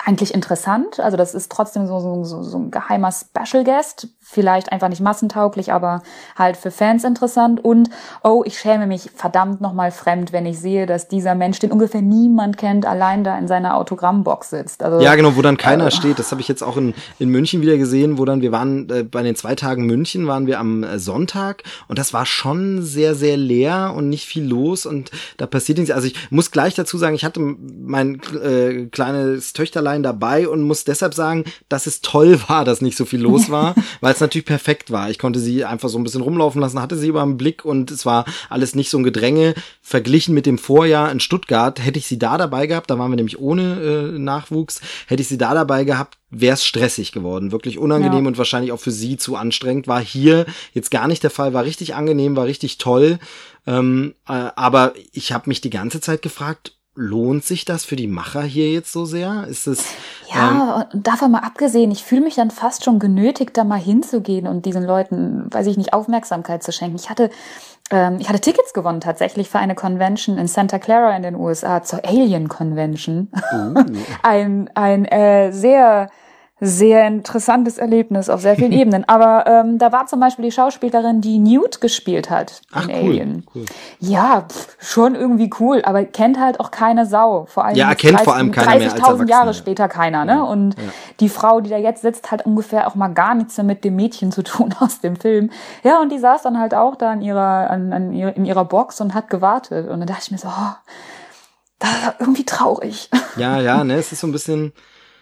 eigentlich interessant. Also das ist trotzdem so, so, so, so ein geheimer Special Guest. Vielleicht einfach nicht massentauglich, aber halt für Fans interessant. Und, oh, ich schäme mich verdammt nochmal fremd, wenn ich sehe, dass dieser Mensch, den ungefähr niemand kennt, allein da in seiner Autogrammbox sitzt. Also, ja, genau, wo dann keiner äh, steht. Das habe ich jetzt auch in, in München wieder gesehen, wo dann, wir waren äh, bei den zwei Tagen München, waren wir am äh, Sonntag und das war schon sehr, sehr leer und nicht viel los und da passiert nichts. Also ich muss gleich dazu sagen, ich hatte mein äh, kleines Töchterlein dabei und muss deshalb sagen, dass es toll war, dass nicht so viel los war, weil es natürlich perfekt war. Ich konnte sie einfach so ein bisschen rumlaufen lassen, hatte sie über den Blick und es war alles nicht so ein Gedränge. Verglichen mit dem Vorjahr in Stuttgart, hätte ich sie da dabei gehabt, da waren wir nämlich ohne äh, Nachwuchs, hätte ich sie da dabei gehabt, wäre es stressig geworden, wirklich unangenehm ja. und wahrscheinlich auch für sie zu anstrengend. War hier jetzt gar nicht der Fall, war richtig angenehm, war richtig toll. Ähm, äh, aber ich habe mich die ganze Zeit gefragt, lohnt sich das für die Macher hier jetzt so sehr? Ist es ja, ähm, davon mal abgesehen, ich fühle mich dann fast schon genötigt, da mal hinzugehen und diesen Leuten, weiß ich nicht, Aufmerksamkeit zu schenken. Ich hatte ähm, ich hatte Tickets gewonnen tatsächlich für eine Convention in Santa Clara in den U S A, zur Alien Convention. Uh. ein ein äh, sehr sehr interessantes Erlebnis auf sehr vielen Ebenen. Aber ähm, da war zum Beispiel die Schauspielerin, die Newt gespielt hat Ach, in cool, Alien. Cool. Ja, pff, schon irgendwie cool, aber kennt halt auch keine Sau. Vor allem ja, erkennt vor allem keiner mehr als dreißigtausend Jahre später keiner, ne? Ja, und ja. die Frau, die da jetzt sitzt, hat ungefähr auch mal gar nichts mehr mit dem Mädchen zu tun aus dem Film. Ja, und die saß dann halt auch da in ihrer, an, an ihrer, in ihrer Box und hat gewartet. Und dann dachte ich mir so, oh, das war irgendwie traurig. Ja, ja, ne, es ist so ein bisschen...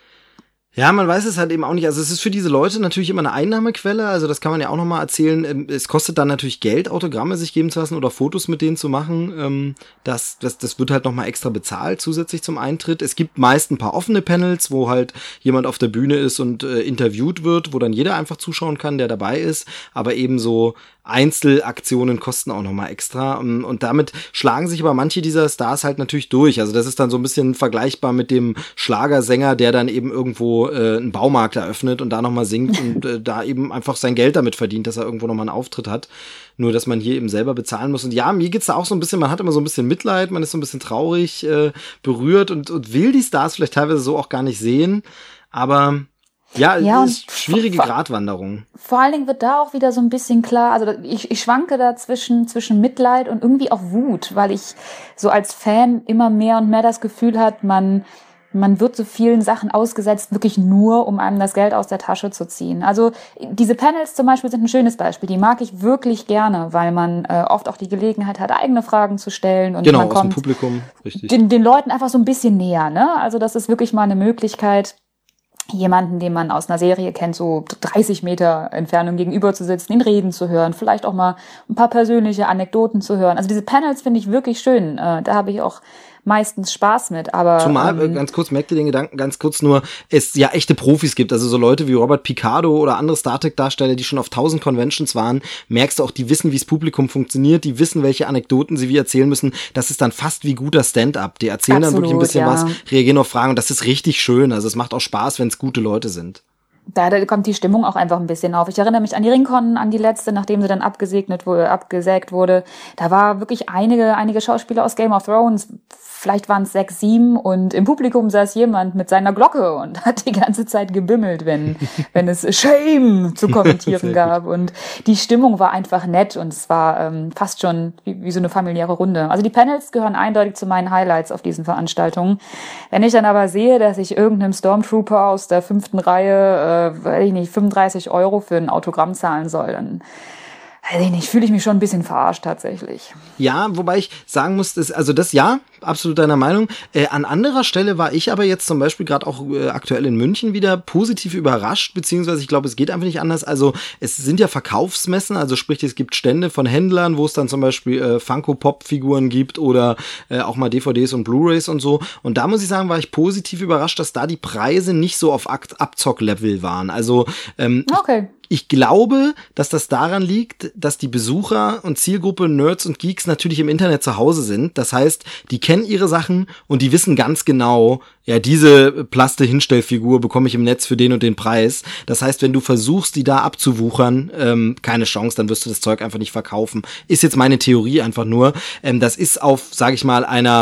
Ja, man weiß es halt eben auch nicht. Also es ist für diese Leute natürlich immer eine Einnahmequelle. Also das kann man ja auch nochmal erzählen. Es kostet dann natürlich Geld, Autogramme sich geben zu lassen oder Fotos mit denen zu machen. Das, das, das wird halt nochmal extra bezahlt zusätzlich zum Eintritt. Es gibt meist ein paar offene Panels, wo halt jemand auf der Bühne ist und äh, interviewt wird, wo dann jeder einfach zuschauen kann, der dabei ist. Aber eben so Einzelaktionen kosten auch nochmal extra. Und damit schlagen sich aber manche dieser Stars halt natürlich durch. Also das ist dann so ein bisschen vergleichbar mit dem Schlagersänger, der dann eben irgendwo äh, einen Baumarkt eröffnet und da nochmal singt und äh, da eben einfach sein Geld damit verdient, dass er irgendwo nochmal einen Auftritt hat. Nur, dass man hier eben selber bezahlen muss. Und ja, mir geht's da auch so ein bisschen, man hat immer so ein bisschen Mitleid, man ist so ein bisschen traurig, äh, berührt und, und will die Stars vielleicht teilweise so auch gar nicht sehen. Aber ja, ja, es ist schwierige vor, Gratwanderung. Vor allen Dingen wird da auch wieder so ein bisschen klar, also ich, ich schwanke da zwischen, zwischen Mitleid und irgendwie auch Wut, weil ich so als Fan immer mehr und mehr das Gefühl hat, man man wird so vielen Sachen ausgesetzt, wirklich nur, um einem das Geld aus der Tasche zu ziehen. Also diese Panels zum Beispiel sind ein schönes Beispiel. Die mag ich wirklich gerne, weil man äh, oft auch die Gelegenheit hat, eigene Fragen zu stellen. Und genau, man aus kommt dem Publikum, richtig. Den, den Leuten einfach so ein bisschen näher, ne? Also das ist wirklich mal eine Möglichkeit, jemanden, den man aus einer Serie kennt, so dreißig Meter Entfernung gegenüber zu sitzen, ihn reden zu hören, vielleicht auch mal ein paar persönliche Anekdoten zu hören. Also diese Panels finde ich wirklich schön. Äh, da habe ich auch meistens Spaß mit, aber... Zumal, ähm, ganz kurz, merkt ihr den Gedanken, ganz kurz nur, es ja echte Profis gibt, also so Leute wie Robert Picardo oder andere Star Trek-Darsteller, die schon auf tausend Conventions waren, merkst du auch, die wissen, wie das Publikum funktioniert, die wissen, welche Anekdoten sie wie erzählen müssen, das ist dann fast wie guter Stand-up, die erzählen Absolut, dann wirklich ein bisschen ja. was, reagieren auf Fragen und das ist richtig schön, also es macht auch Spaß, wenn es gute Leute sind. Da, da kommt die Stimmung auch einfach ein bisschen auf. Ich erinnere mich an die Ringcon, an die letzte, nachdem sie dann abgesegnet wurde, abgesägt wurde. Da war wirklich einige, einige Schauspieler aus Game of Thrones. Vielleicht waren es sechs, sieben und im Publikum saß jemand mit seiner Glocke und hat die ganze Zeit gebimmelt, wenn, wenn es Shame zu kommentieren gab. Und die Stimmung war einfach nett und es war ähm, fast schon wie, wie so eine familiäre Runde. Also die Panels gehören eindeutig zu meinen Highlights auf diesen Veranstaltungen. Wenn ich dann aber sehe, dass ich irgendeinem Stormtrooper aus der fünften Reihe, äh, weiß ich nicht, fünfunddreißig Euro für ein Autogramm zahlen soll, dann weiß ich nicht, fühle ich mich schon ein bisschen verarscht tatsächlich. Ja, wobei ich sagen muss, dass, also das ja, absolut deiner Meinung. Äh, an anderer Stelle war ich aber jetzt zum Beispiel gerade auch äh, aktuell in München wieder positiv überrascht, beziehungsweise ich glaube, es geht einfach nicht anders. Also es sind ja Verkaufsmessen, also sprich, es gibt Stände von Händlern, wo es dann zum Beispiel äh, Funko-Pop-Figuren gibt oder äh, auch mal D V Ds und Blu-rays und so. Und da muss ich sagen, war ich positiv überrascht, dass da die Preise nicht so auf Abzock-Level waren. Also ähm, okay. Ich glaube, dass das daran liegt, dass die Besucher und Zielgruppe Nerds und Geeks natürlich im Internet zu Hause sind. Das heißt, die kennen ihre Sachen und die wissen ganz genau, ja, diese Plaste-Hinstellfigur bekomme ich im Netz für den und den Preis. Das heißt, wenn du versuchst, die da abzuwuchern, ähm, keine Chance, dann wirst du das Zeug einfach nicht verkaufen. Ist jetzt meine Theorie einfach nur. Ähm, das ist auf, sage ich mal, einer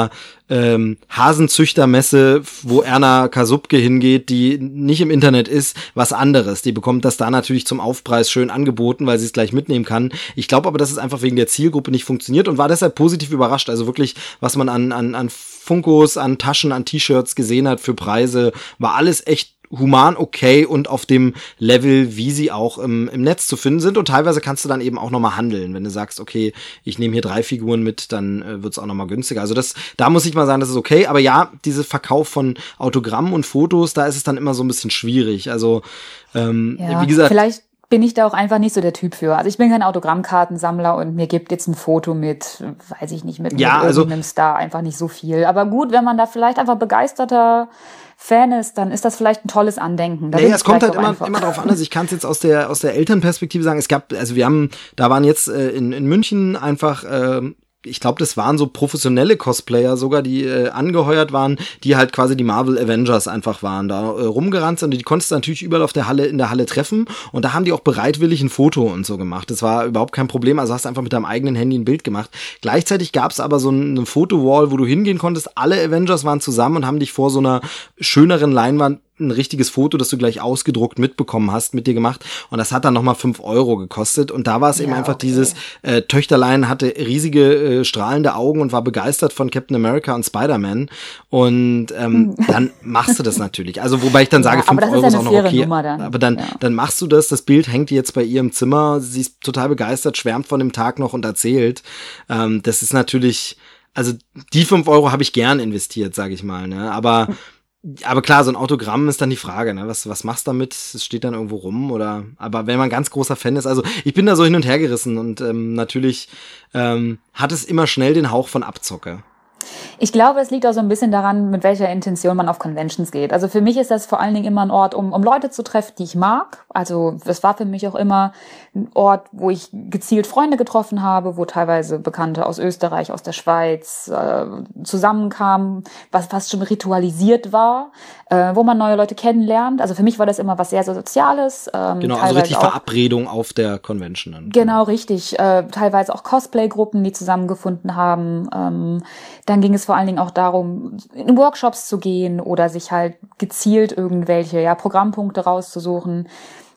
ähm, Hasenzüchtermesse, wo Erna Kasubke hingeht, die nicht im Internet ist, was anderes. Die bekommt das da natürlich zum Aufpreis schön angeboten, weil sie es gleich mitnehmen kann. Ich glaube aber, dass es einfach wegen der Zielgruppe nicht funktioniert und war deshalb positiv überrascht. Also wirklich, was man an, an, an Funkos, an Taschen, an T-Shirts gesehen hat für Preise, war alles echt human okay und auf dem Level, wie sie auch im, im Netz zu finden sind. Und teilweise kannst du dann eben auch nochmal handeln. Wenn du sagst, okay, ich nehme hier drei Figuren mit, dann äh, wird's auch nochmal günstiger. Also das, da muss ich mal sagen, das ist okay. Aber ja, dieser Verkauf von Autogrammen und Fotos, da ist es dann immer so ein bisschen schwierig. Also, ähm, ja, wie gesagt. Vielleicht bin ich da auch einfach nicht so der Typ für. Also ich bin kein Autogrammkartensammler und mir gibt jetzt ein Foto mit, weiß ich nicht, mit, ja, mit also, irgendeinem Star einfach nicht so viel. Aber gut, wenn man da vielleicht einfach begeisterter Fan ist, dann ist das vielleicht ein tolles Andenken. Da naja, es kommt halt immer, immer drauf an. Also ich kann es jetzt aus der aus der Elternperspektive sagen. Es gab, also wir haben, da waren jetzt äh, in in München einfach äh, ich glaube, das waren so professionelle Cosplayer sogar, die äh, angeheuert waren, die halt quasi die Marvel Avengers einfach waren, da äh, rumgerannt sind und die konntest du natürlich überall auf der Halle, in der Halle treffen und da haben die auch bereitwillig ein Foto und so gemacht. Das war überhaupt kein Problem, also hast du einfach mit deinem eigenen Handy ein Bild gemacht. Gleichzeitig gab es aber so eine Fotowall, wo du hingehen konntest, alle Avengers waren zusammen und haben dich vor so einer schöneren Leinwand ein richtiges Foto, das du gleich ausgedruckt mitbekommen hast, mit dir gemacht. Und das hat dann nochmal fünf Euro gekostet. Und da war es ja, eben einfach okay. dieses, äh, Töchterlein hatte riesige, äh, strahlende Augen und war begeistert von Captain America und Spider-Man. Und ähm, dann machst du das natürlich. Also wobei ich dann sage, ja, fünf Euro ist, ist auch noch okay. Dann. Aber dann, ja. dann machst du das. Das Bild hängt jetzt bei ihr im Zimmer. Sie ist total begeistert, schwärmt von dem Tag noch und erzählt. Ähm, das ist natürlich, also die fünf Euro habe ich gern investiert, sage ich mal. Ne? Aber Aber klar, so ein Autogramm ist dann die Frage, ne? Was, was machst du damit? Es steht dann irgendwo rum oder, aber wenn man ganz großer Fan ist, also ich bin da so hin und her gerissen und ähm, natürlich ähm, hat es immer schnell den Hauch von Abzocke. Ich glaube, es liegt auch so ein bisschen daran, mit welcher Intention man auf Conventions geht. Also für mich ist das vor allen Dingen immer ein Ort, um, um Leute zu treffen, die ich mag. Also es war für mich auch immer ein Ort, wo ich gezielt Freunde getroffen habe, wo teilweise Bekannte aus Österreich, aus der Schweiz äh, zusammenkamen, was fast schon ritualisiert war, äh, wo man neue Leute kennenlernt. Also für mich war das immer was sehr, sehr Soziales. Ähm, genau, also richtig auch, Verabredung auf der Convention. Dann. Genau, richtig. Äh, teilweise auch Cosplay-Gruppen, die zusammengefunden haben. Ähm, dann ging es vor allen Dingen auch darum, in Workshops zu gehen oder sich halt gezielt irgendwelche ja, Programmpunkte rauszusuchen.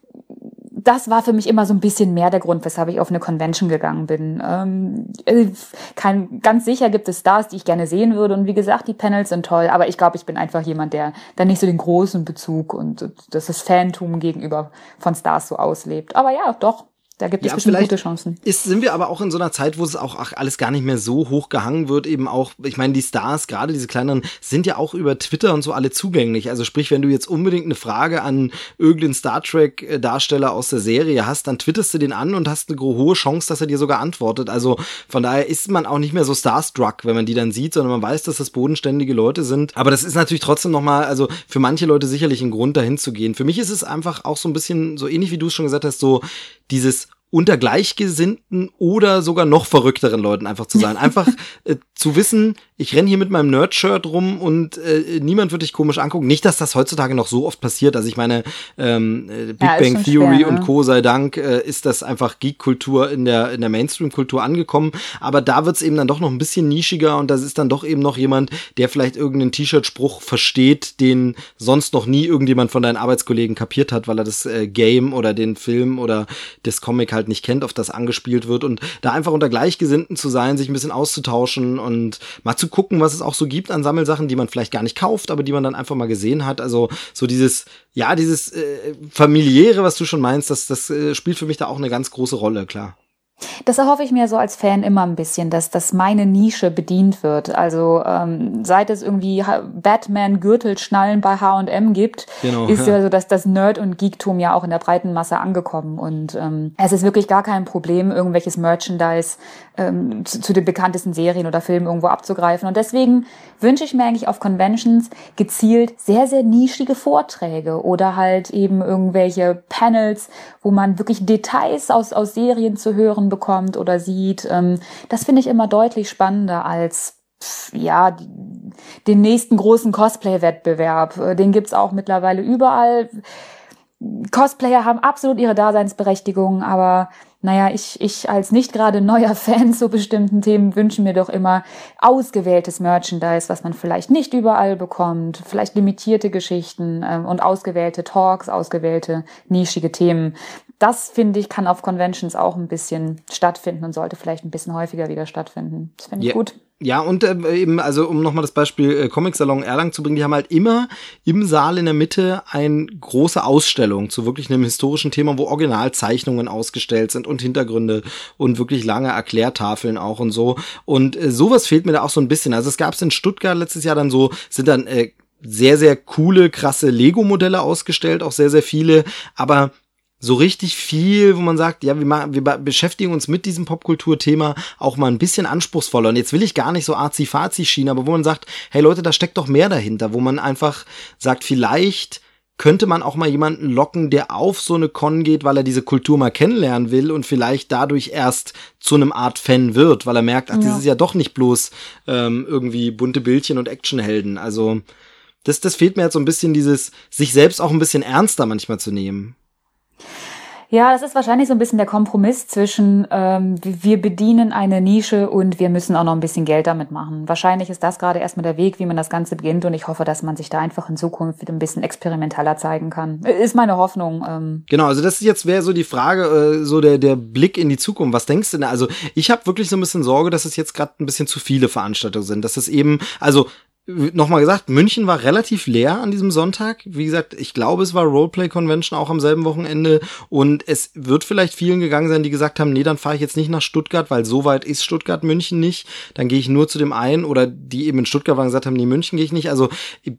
Das war für mich immer so ein bisschen mehr der Grund, weshalb ich auf eine Convention gegangen bin. Ähm, kein, ganz sicher gibt es Stars, die ich gerne sehen würde. Und wie gesagt, die Panels sind toll. Aber ich glaube, ich bin einfach jemand, der dann nicht so den großen Bezug und das, das Fantum gegenüber von Stars so auslebt. Aber ja, doch. Da gibt es ja, bestimmt gute Chancen. Ist, sind wir aber auch in so einer Zeit, wo es auch ach, alles gar nicht mehr so hoch gehangen wird, eben auch, ich meine, die Stars, gerade diese kleineren, sind ja auch über Twitter und so alle zugänglich. Also sprich, wenn du jetzt unbedingt eine Frage an irgendeinen Star Trek-Darsteller aus der Serie hast, dann twitterst du den an und hast eine hohe Chance, dass er dir sogar antwortet. Also von daher ist man auch nicht mehr so starstruck, wenn man die dann sieht, sondern man weiß, dass das bodenständige Leute sind. Aber das ist natürlich trotzdem nochmal, also für manche Leute sicherlich ein Grund, dahin zu gehen. Für mich ist es einfach auch so ein bisschen, so ähnlich wie du es schon gesagt hast, so dieses unter Gleichgesinnten oder sogar noch verrückteren Leuten einfach zu sein. Einfach äh, zu wissen, ich renne hier mit meinem Nerd-Shirt rum und äh, niemand wird dich komisch angucken. Nicht, dass das heutzutage noch so oft passiert. Also ich meine, ähm, Big ja, Bang Theory schwer, ne? und Co. sei Dank äh, ist das einfach Geek-Kultur in der in der Mainstream-Kultur angekommen. Aber da wird's eben dann doch noch ein bisschen nischiger und das ist dann doch eben noch jemand, der vielleicht irgendeinen T-Shirt-Spruch versteht, den sonst noch nie irgendjemand von deinen Arbeitskollegen kapiert hat, weil er das äh, Game oder den Film oder das Comic halt nicht kennt, auf das angespielt wird. Und da einfach unter Gleichgesinnten zu sein, sich ein bisschen auszutauschen und mal zu gucken, was es auch so gibt an Sammelsachen, die man vielleicht gar nicht kauft, aber die man dann einfach mal gesehen hat. Also so dieses, ja, dieses äh, familiäre, was du schon meinst, das, das äh, spielt für mich da auch eine ganz große Rolle, klar. Das erhoffe ich mir so als Fan immer ein bisschen, dass, dass meine Nische bedient wird. Also ähm, seit es irgendwie Batman-Gürtelschnallen bei H und M gibt, genau, ist ja so, dass das Nerd- und Geektum ja auch in der breiten Masse angekommen. Und ähm, es ist wirklich gar kein Problem, irgendwelches Merchandise ähm, zu, zu den bekanntesten Serien oder Filmen irgendwo abzugreifen. Und deswegen wünsche ich mir eigentlich auf Conventions gezielt sehr, sehr nischige Vorträge oder halt eben irgendwelche Panels, wo man wirklich Details aus, aus Serien zu hören bekommt oder sieht. Das finde ich immer deutlich spannender als ja den nächsten großen Cosplay-Wettbewerb. Den gibt's auch mittlerweile überall. Cosplayer haben absolut ihre Daseinsberechtigung, aber naja, ich, ich als nicht gerade neuer Fan zu bestimmten Themen wünsche mir doch immer ausgewähltes Merchandise, was man vielleicht nicht überall bekommt, vielleicht limitierte Geschichten ähm, und ausgewählte Talks, ausgewählte nischige Themen. Das, finde ich, kann auf Conventions auch ein bisschen stattfinden und sollte vielleicht ein bisschen häufiger wieder stattfinden. Das finde ich ja. gut. Ja, und äh, eben, also um nochmal das Beispiel äh, Comic Salon Erlangen zu bringen, die haben halt immer im Saal in der Mitte eine große Ausstellung zu wirklich einem historischen Thema, wo Originalzeichnungen ausgestellt sind und Hintergründe und wirklich lange Erklärtafeln auch und so. Und äh, sowas fehlt mir da auch so ein bisschen. Also es gab es in Stuttgart letztes Jahr dann so, sind dann äh, sehr, sehr coole, krasse Lego-Modelle ausgestellt, auch sehr, sehr viele, aber so richtig viel, wo man sagt, ja, wir, machen, wir beschäftigen uns mit diesem Popkulturthema auch mal ein bisschen anspruchsvoller. Und jetzt will ich gar nicht so arzi-fazi schienen, aber wo man sagt, hey Leute, da steckt doch mehr dahinter, wo man einfach sagt, vielleicht könnte man auch mal jemanden locken, der auf so eine Con geht, weil er diese Kultur mal kennenlernen will und vielleicht dadurch erst zu einem Art Fan wird, weil er merkt, ach, ja. das ist ja doch nicht bloß ähm, irgendwie bunte Bildchen und Actionhelden. Also das, das fehlt mir jetzt so ein bisschen, dieses sich selbst auch ein bisschen ernster manchmal zu nehmen. Ja, das ist wahrscheinlich so ein bisschen der Kompromiss zwischen ähm, wir bedienen eine Nische und wir müssen auch noch ein bisschen Geld damit machen. Wahrscheinlich ist das gerade erstmal der Weg, wie man das Ganze beginnt, und ich hoffe, dass man sich da einfach in Zukunft wieder ein bisschen experimenteller zeigen kann. Ist meine Hoffnung. Ähm. Genau, also das jetzt wäre so die Frage, äh, so der der Blick in die Zukunft. Was denkst du denn? Also ich habe wirklich so ein bisschen Sorge, dass es jetzt gerade ein bisschen zu viele Veranstaltungen sind. Dass es eben, also nochmal gesagt, München war relativ leer an diesem Sonntag. Wie gesagt, ich glaube, es war Roleplay Convention auch am selben Wochenende. Und es wird vielleicht vielen gegangen sein, die gesagt haben, nee, dann fahre ich jetzt nicht nach Stuttgart, weil so weit ist Stuttgart, München nicht. Dann gehe ich nur zu dem einen. Oder die eben in Stuttgart waren und gesagt haben, nee, München gehe ich nicht. Also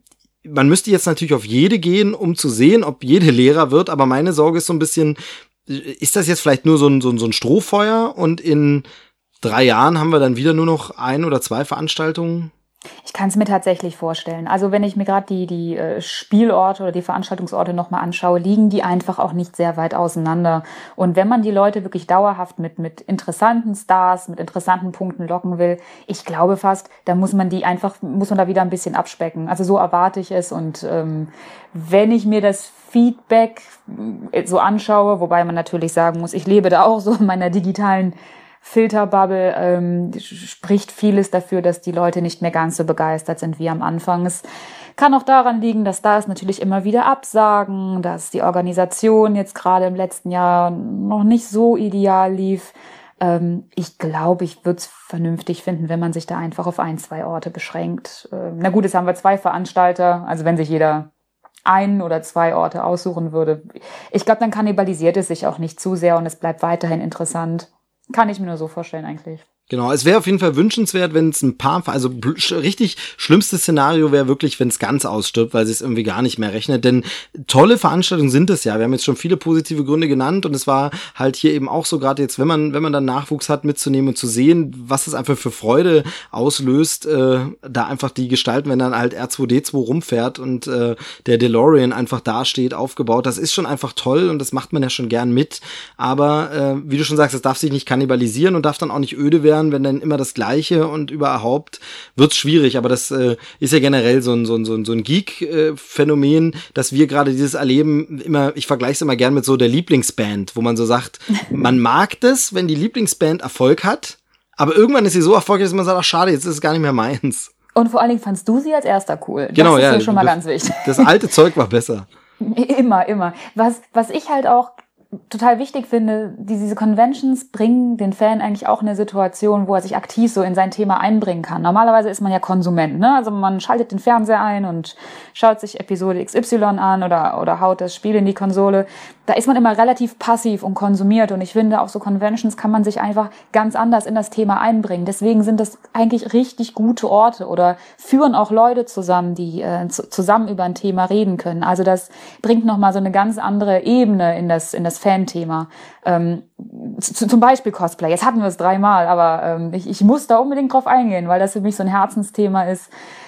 man müsste jetzt natürlich auf jede gehen, um zu sehen, ob jede leerer wird. Aber meine Sorge ist so ein bisschen, ist das jetzt vielleicht nur so ein, so ein, so ein Strohfeuer? Und in drei Jahren haben wir dann wieder nur noch ein oder zwei Veranstaltungen? Ich kann es mir tatsächlich vorstellen. Also wenn ich mir gerade die die äh, Spielorte oder die Veranstaltungsorte nochmal anschaue, liegen die einfach auch nicht sehr weit auseinander. Und wenn man die Leute wirklich dauerhaft mit mit interessanten Stars, mit interessanten Punkten locken will, ich glaube fast, da muss man die einfach, muss man da wieder ein bisschen abspecken. Also so erwarte ich es. Und ähm, wenn ich mir das Feedback so anschaue, wobei man natürlich sagen muss, ich lebe da auch so in meiner digitalen Filterbubble, ähm, spricht vieles dafür, dass die Leute nicht mehr ganz so begeistert sind wie am Anfang. Es kann auch daran liegen, dass da es natürlich immer wieder absagen, dass die Organisation jetzt gerade im letzten Jahr noch nicht so ideal lief. Ähm, ich glaube, ich würde es vernünftig finden, wenn man sich da einfach auf ein, zwei Orte beschränkt. Ähm, na gut, jetzt haben wir zwei Veranstalter, also wenn sich jeder ein oder zwei Orte aussuchen würde. Ich glaube, dann kannibalisiert es sich auch nicht zu sehr und es bleibt weiterhin interessant. Kann ich mir nur so vorstellen eigentlich. Genau, es wäre auf jeden Fall wünschenswert, wenn es ein paar, also richtig schlimmstes Szenario wäre wirklich, wenn es ganz ausstirbt, weil sie es irgendwie gar nicht mehr rechnet, denn tolle Veranstaltungen sind es ja, wir haben jetzt schon viele positive Gründe genannt und es war halt hier eben auch so, gerade jetzt, wenn man wenn man dann Nachwuchs hat, mitzunehmen und zu sehen, was es einfach für Freude auslöst, äh, da einfach die gestalten, wenn dann halt R zwei D zwei rumfährt und äh, der DeLorean einfach dasteht, aufgebaut, das ist schon einfach toll und das macht man ja schon gern mit, aber äh, wie du schon sagst, es darf sich nicht kannibalisieren und darf dann auch nicht öde werden, wenn dann immer das Gleiche und überhaupt wird's schwierig, aber das äh, ist ja generell so ein so ein so ein, so ein Geek-Phänomen, dass wir gerade dieses erleben, immer, ich vergleiche es immer gern mit so der Lieblingsband, wo man so sagt, man mag das, wenn die Lieblingsband Erfolg hat, aber irgendwann ist sie so erfolgreich, dass man sagt, ach schade, jetzt ist es gar nicht mehr meins. Und vor allen Dingen fandst du sie als erster cool. Genau, das ist ja, ja schon mal das, ganz wichtig. Das alte Zeug war besser. Immer, immer. Was was ich halt auch total wichtig finde, die, diese Conventions bringen den Fan eigentlich auch in eine Situation, wo er sich aktiv so in sein Thema einbringen kann. Normalerweise ist man ja Konsument, ne? Also man schaltet den Fernseher ein und schaut sich Episode X Y an oder, oder haut das Spiel in die Konsole. Da ist man immer relativ passiv und konsumiert und ich finde, auf so Conventions kann man sich einfach ganz anders in das Thema einbringen. Deswegen sind das eigentlich richtig gute Orte oder führen auch Leute zusammen, die äh, zu, zusammen über ein Thema reden können. Also das bringt nochmal so eine ganz andere Ebene in das, in das Fan-Thema. Ähm, z- zum Beispiel Cosplay. Jetzt hatten wir es dreimal, aber ähm, ich, ich muss da unbedingt drauf eingehen, weil das für mich so ein Herzensthema ist,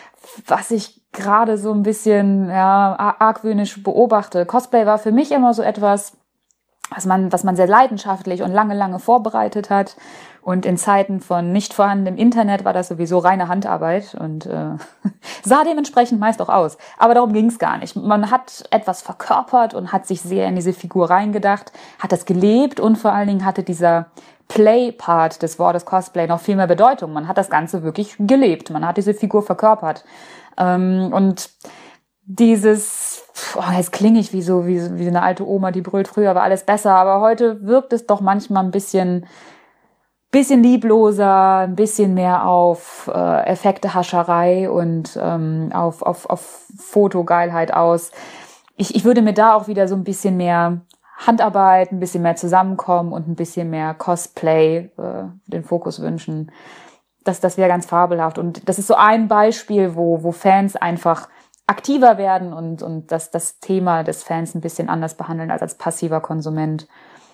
was ich gerade so ein bisschen ja, argwöhnisch beobachte. Cosplay war für mich immer so etwas, was man, was man sehr leidenschaftlich und lange, lange vorbereitet hat. Und in Zeiten von nicht vorhandenem Internet war das sowieso reine Handarbeit und äh, sah dementsprechend meist auch aus. Aber darum ging es gar nicht. Man hat etwas verkörpert und hat sich sehr in diese Figur reingedacht, hat das gelebt und vor allen Dingen hatte dieser Play-Part des Wortes Cosplay noch viel mehr Bedeutung. Man hat das Ganze wirklich gelebt. Man hat diese Figur verkörpert. Ähm, und dieses, oh, jetzt klinge ich wie so wie, wie eine alte Oma, die brüllt, früher war alles besser. Aber heute wirkt es doch manchmal ein bisschen... bisschen liebloser, ein bisschen mehr auf äh, Effektehascherei und ähm, auf, auf, auf Fotogeilheit aus. Ich, ich würde mir da auch wieder so ein bisschen mehr Handarbeit, ein bisschen mehr Zusammenkommen und ein bisschen mehr Cosplay äh, den Fokus wünschen. Das, das wäre ganz fabelhaft. Und das ist so ein Beispiel, wo, wo Fans einfach aktiver werden und, und das, das Thema des Fans ein bisschen anders behandeln als als passiver Konsument.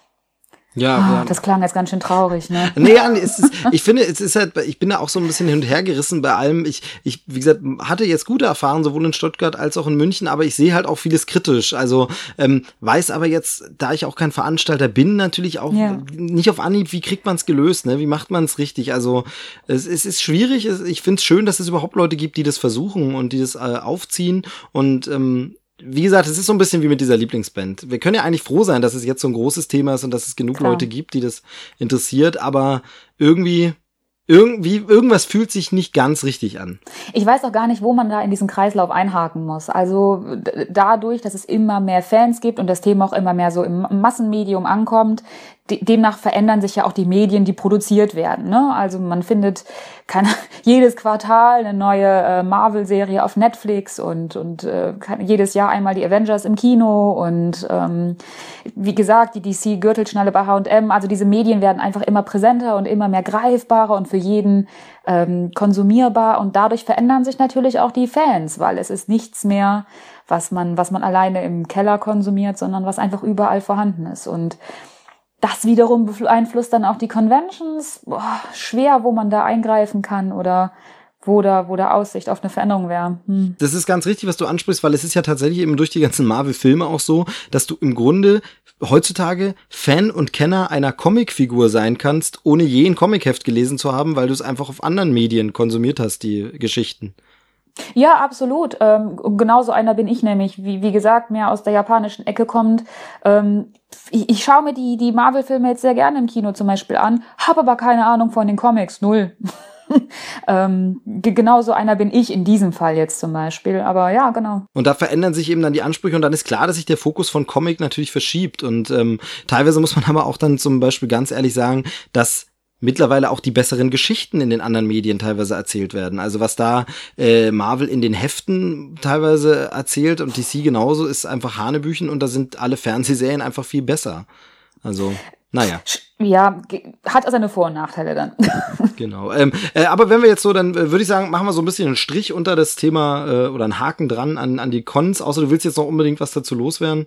Ja, oh, ja, das klang jetzt ganz schön traurig, ne? Nee, ja, es ist, ich finde, es ist halt, ich bin da auch so ein bisschen hin und her gerissen bei allem. Ich, ich, wie gesagt, hatte jetzt gute Erfahrungen, sowohl in Stuttgart als auch in München, aber ich sehe halt auch vieles kritisch. Also, ähm, weiß aber jetzt, da ich auch kein Veranstalter bin, natürlich auch ja. nicht auf Anhieb, wie kriegt man es gelöst, ne? Wie macht man es richtig? Also, es, es ist schwierig. Ich finde es schön, dass es überhaupt Leute gibt, die das versuchen und die das äh, aufziehen und, ähm, wie gesagt, es ist so ein bisschen wie mit dieser Lieblingsband. Wir können ja eigentlich froh sein, dass es jetzt so ein großes Thema ist und dass es genug Klar. Leute gibt, die das interessiert, aber irgendwie, irgendwie, irgendwas fühlt sich nicht ganz richtig an. Ich weiß auch gar nicht, wo man da in diesen Kreislauf einhaken muss. Also d- dadurch, dass es immer mehr Fans gibt und das Thema auch immer mehr so im Massenmedium ankommt, de- demnach verändern sich ja auch die Medien, die produziert werden. Ne? Also man findet keine, jedes Quartal eine neue äh, Marvel-Serie auf Netflix und und äh, jedes Jahr einmal die Avengers im Kino und ähm, wie gesagt, die D C-Gürtelschnalle bei H und M. Also diese Medien werden einfach immer präsenter und immer mehr greifbarer und für jeden ähm, konsumierbar und dadurch verändern sich natürlich auch die Fans, weil es ist nichts mehr, was man was man alleine im Keller konsumiert, sondern was einfach überall vorhanden ist und das wiederum beeinflusst dann auch die Conventions. Boah, schwer, wo man da eingreifen kann oder wo da, wo da Aussicht auf eine Veränderung wäre. Hm. Das ist ganz richtig, was du ansprichst, weil es ist ja tatsächlich eben durch die ganzen Marvel-Filme auch so, dass du im Grunde heutzutage Fan und Kenner einer Comicfigur sein kannst, ohne je ein Comicheft gelesen zu haben, weil du es einfach auf anderen Medien konsumiert hast, die Geschichten. Ja, absolut. Ähm, genauso einer bin ich nämlich, wie, wie gesagt, mehr aus der japanischen Ecke kommt. Ähm, ich, ich schaue mir die, die Marvel-Filme jetzt sehr gerne im Kino zum Beispiel an, habe aber keine Ahnung von den Comics, null. ähm, g- genauso einer bin ich in diesem Fall jetzt zum Beispiel, aber ja, genau. Und da verändern sich eben dann die Ansprüche und dann ist klar, dass sich der Fokus von Comic natürlich verschiebt und ähm, teilweise muss man aber auch dann zum Beispiel ganz ehrlich sagen, dass mittlerweile auch die besseren Geschichten in den anderen Medien teilweise erzählt werden. Also was da äh, Marvel in den Heften teilweise erzählt und D C genauso, ist einfach Hanebüchen und da sind alle Fernsehserien einfach viel besser. Also, naja. Ja, hat seine Vor- und Nachteile dann. Genau. Ähm, äh, aber wenn wir jetzt so, dann äh, würde ich sagen, machen wir so ein bisschen einen Strich unter das Thema äh, oder einen Haken dran an, an die Cons, außer du willst jetzt noch unbedingt was dazu loswerden.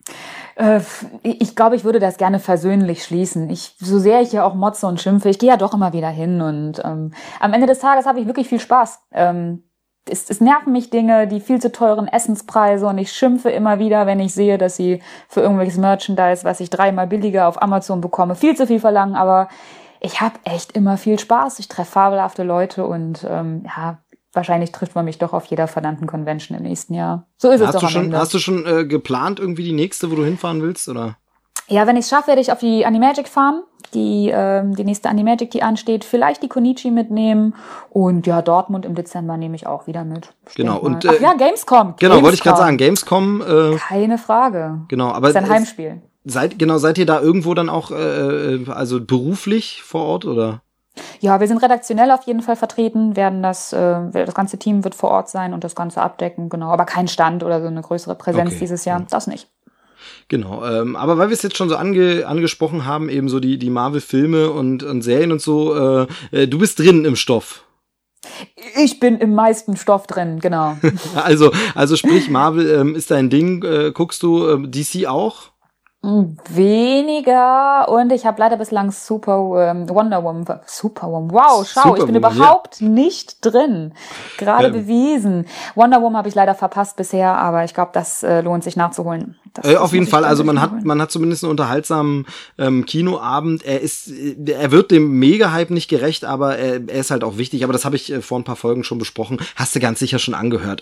Ich glaube, ich würde das gerne versöhnlich schließen. Ich, so sehr ich ja auch motze und schimpfe, ich gehe ja doch immer wieder hin und ähm, am Ende des Tages habe ich wirklich viel Spaß. Ähm, es, es nerven mich Dinge, die viel zu teuren Essenspreise und ich schimpfe immer wieder, wenn ich sehe, dass sie für irgendwelches Merchandise, was ich dreimal billiger auf Amazon bekomme, viel zu viel verlangen, aber ich habe echt immer viel Spaß. Ich treffe fabelhafte Leute und ähm, ja, wahrscheinlich trifft man mich doch auf jeder verdammten Convention im nächsten Jahr. So ist es hast doch du am schon, Ende. Hast du schon äh, geplant, irgendwie die nächste, wo du hinfahren willst, oder? Ja, wenn ich es schaffe, werde ich auf die Animagic fahren. Die, ähm, die nächste Animagic, die ansteht. Vielleicht die Konichi mitnehmen. Und ja, Dortmund im Dezember nehme ich auch wieder mit. Genau. Und, äh, Ach ja, Gamescom. Genau, wollte ich gerade sagen. Gamescom. Äh, Keine Frage. Genau, aber ist ein Heimspiel. Seid, genau, seid ihr da irgendwo dann auch, äh, also beruflich vor Ort, oder? Ja, wir sind redaktionell auf jeden Fall vertreten, werden das, äh, das ganze Team wird vor Ort sein und das Ganze abdecken, genau. Aber kein Stand oder so eine größere Präsenz okay. dieses Jahr, das nicht. Genau, ähm, aber weil wir es jetzt schon so ange, angesprochen haben, eben so die, die Marvel-Filme und, und Serien und so, äh, du bist drin im Stoff. Ich bin im meisten Stoff drin, genau. also, also sprich, Marvel ähm, ist dein Ding, äh, guckst du äh, D C auch? Weniger, und ich habe leider bislang Super ähm, Wonder Woman, Superwoman, wow, schau, Superwoman, ich bin überhaupt ja. nicht drin, gerade Ähm. bewiesen. Wonder Woman habe ich leider verpasst bisher, aber ich glaube, das äh, lohnt sich nachzuholen. Das, Äh, das auf jeden muss ich Fall, also man nachholen. hat man hat zumindest einen unterhaltsamen ähm, Kinoabend. Er ist, äh, er wird dem Mega-Hype nicht gerecht, aber er, er ist halt auch wichtig. Aber das habe ich äh, vor ein paar Folgen schon besprochen. Hast du ganz sicher schon angehört.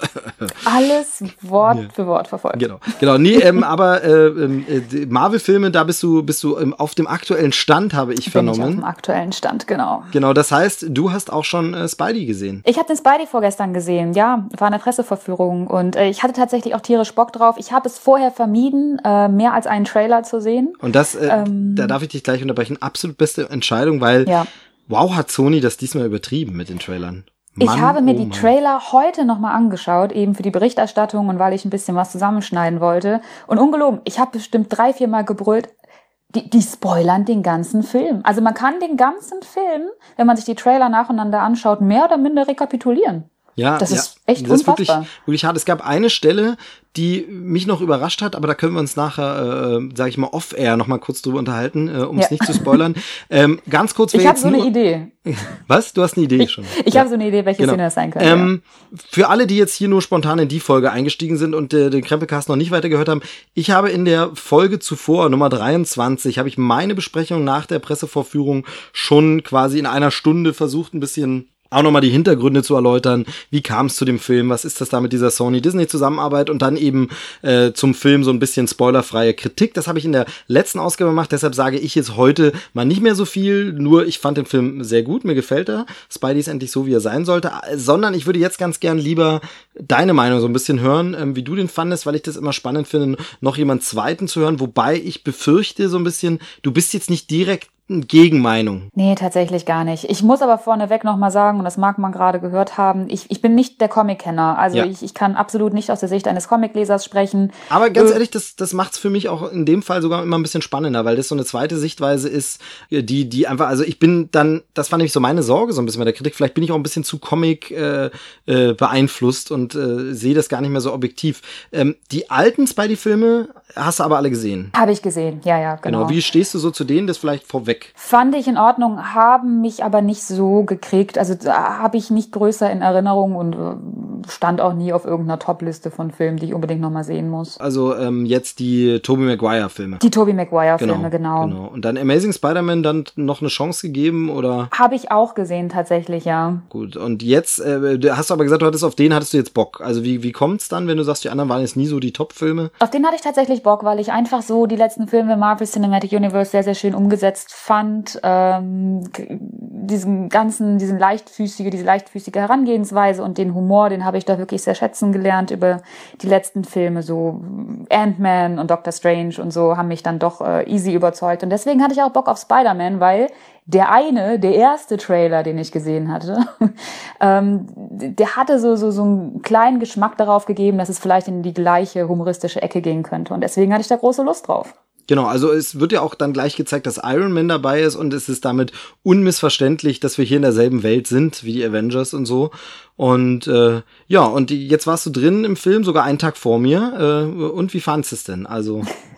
Alles Wort Ja. für Wort verfolgt. Genau, genau. Nee, ähm, aber äh, äh, Marvel-Filme, da bist du bist du ähm, auf dem aktuellen Stand, habe ich Bin ich auf vernommen. dem aktuellen Stand, genau. Genau, das heißt, du hast auch schon äh, Spidey gesehen. Ich habe den Spidey vorgestern gesehen, ja, war eine Presseverführung und äh, ich hatte tatsächlich auch tierisch Bock drauf. Ich habe es vorher vermieden, äh, mehr als einen Trailer zu sehen. Und das, äh, Ähm. da darf ich dich gleich unterbrechen, absolut beste Entscheidung, weil Ja. wow, hat Sony das diesmal übertrieben mit den Trailern. Ich Mann, habe mir oh die Mann. Trailer heute nochmal angeschaut, eben für die Berichterstattung und weil ich ein bisschen was zusammenschneiden wollte. Und ungelogen, ich habe bestimmt drei, vier Mal gebrüllt, die, die spoilern den ganzen Film. Also man kann den ganzen Film, wenn man sich die Trailer nacheinander anschaut, mehr oder minder rekapitulieren. Ja, Das ja. ist echt das ist wirklich, unfassbar. wirklich hart. Es gab eine Stelle, die mich noch überrascht hat, aber da können wir uns nachher, äh, sage ich mal, off-air noch mal kurz drüber unterhalten, äh, um es Ja. nicht zu spoilern. ähm, ganz kurz, wer Ich habe jetzt so eine nur, Idee. Was? Du hast eine Idee Ich, schon. ich Ja. habe so eine Idee, welche Genau. Szene das sein könnte. ja. Ähm, für alle, die jetzt hier nur spontan in die Folge eingestiegen sind und äh, den Krempelcast noch nicht weitergehört haben, ich habe in der Folge zuvor, Nummer dreiundzwanzig, habe ich meine Besprechung nach der Pressevorführung schon quasi in einer Stunde versucht, ein bisschen auch nochmal die Hintergründe zu erläutern. Wie kam es zu dem Film? Was ist das da mit dieser Sony-Disney-Zusammenarbeit? Und dann eben äh, zum Film so ein bisschen spoilerfreie Kritik. Das habe ich in der letzten Ausgabe gemacht. Deshalb sage ich jetzt heute mal nicht mehr so viel. Nur ich fand den Film sehr gut. Mir gefällt er. Spidey ist endlich so, wie er sein sollte. Sondern ich würde jetzt ganz gern lieber deine Meinung so ein bisschen hören, ähm, wie du den fandest, weil ich das immer spannend finde, noch jemand Zweiten zu hören. Wobei ich befürchte so ein bisschen, du bist jetzt nicht direkt Gegenmeinung. Nee, tatsächlich gar nicht. Ich muss aber vorneweg nochmal sagen, und das mag man gerade gehört haben, ich, ich bin nicht der Comic-Kenner. Also Ja. ich, ich kann absolut nicht aus der Sicht eines Comic-Lesers sprechen. Aber ganz Äh, ehrlich, das, das macht's für mich auch in dem Fall sogar immer ein bisschen spannender, weil das so eine zweite Sichtweise ist, die, die einfach, also ich bin dann, das war nämlich so meine Sorge so ein bisschen bei der Kritik, vielleicht bin ich auch ein bisschen zu Comic äh, äh, beeinflusst und äh, sehe das gar nicht mehr so objektiv. Ähm, die alten Spidey-Filme hast du aber alle gesehen. Habe ich gesehen, ja, ja, genau. Genau. Wie stehst du so zu denen? Das vielleicht vorweg. Fand ich in Ordnung, haben mich aber nicht so gekriegt. Also da habe ich nicht größer in Erinnerung und äh, stand auch nie auf irgendeiner Top-Liste von Filmen, die ich unbedingt nochmal sehen muss. Also ähm, jetzt die Tobey Maguire-Filme. Die Tobey Maguire-Filme, genau. genau. Und dann Amazing Spider-Man dann noch eine Chance gegeben oder? Habe ich auch gesehen, tatsächlich, ja. Gut, und jetzt, äh, du hast aber gesagt, du hattest auf den hattest du jetzt Bock. Also wie, wie kommt's dann, wenn du sagst, die anderen waren jetzt nie so die Top-Filme? Auf den hatte ich tatsächlich Bock, weil ich einfach so die letzten Filme Marvel Cinematic Universe sehr, sehr schön umgesetzt fand. Ähm, diesen ganzen, diesen leichtfüßige, diese leichtfüßige Herangehensweise und den Humor, den habe ich da wirklich sehr schätzen gelernt über die letzten Filme. So Ant-Man und Doctor Strange und so haben mich dann doch äh, easy überzeugt. Und deswegen hatte ich auch Bock auf Spider-Man, weil der eine, der erste Trailer, den ich gesehen hatte, ähm, der hatte so, so, so einen kleinen Geschmack darauf gegeben, dass es vielleicht in die gleiche humoristische Ecke gehen könnte. Und deswegen hatte ich da große Lust drauf. Genau, also es wird ja auch dann gleich gezeigt, dass Iron Man dabei ist und es ist damit unmissverständlich, dass wir hier in derselben Welt sind wie die Avengers und so. Und äh, ja, und die, jetzt warst du drin im Film, sogar einen Tag vor mir. Äh, und wie fandst du es denn? Also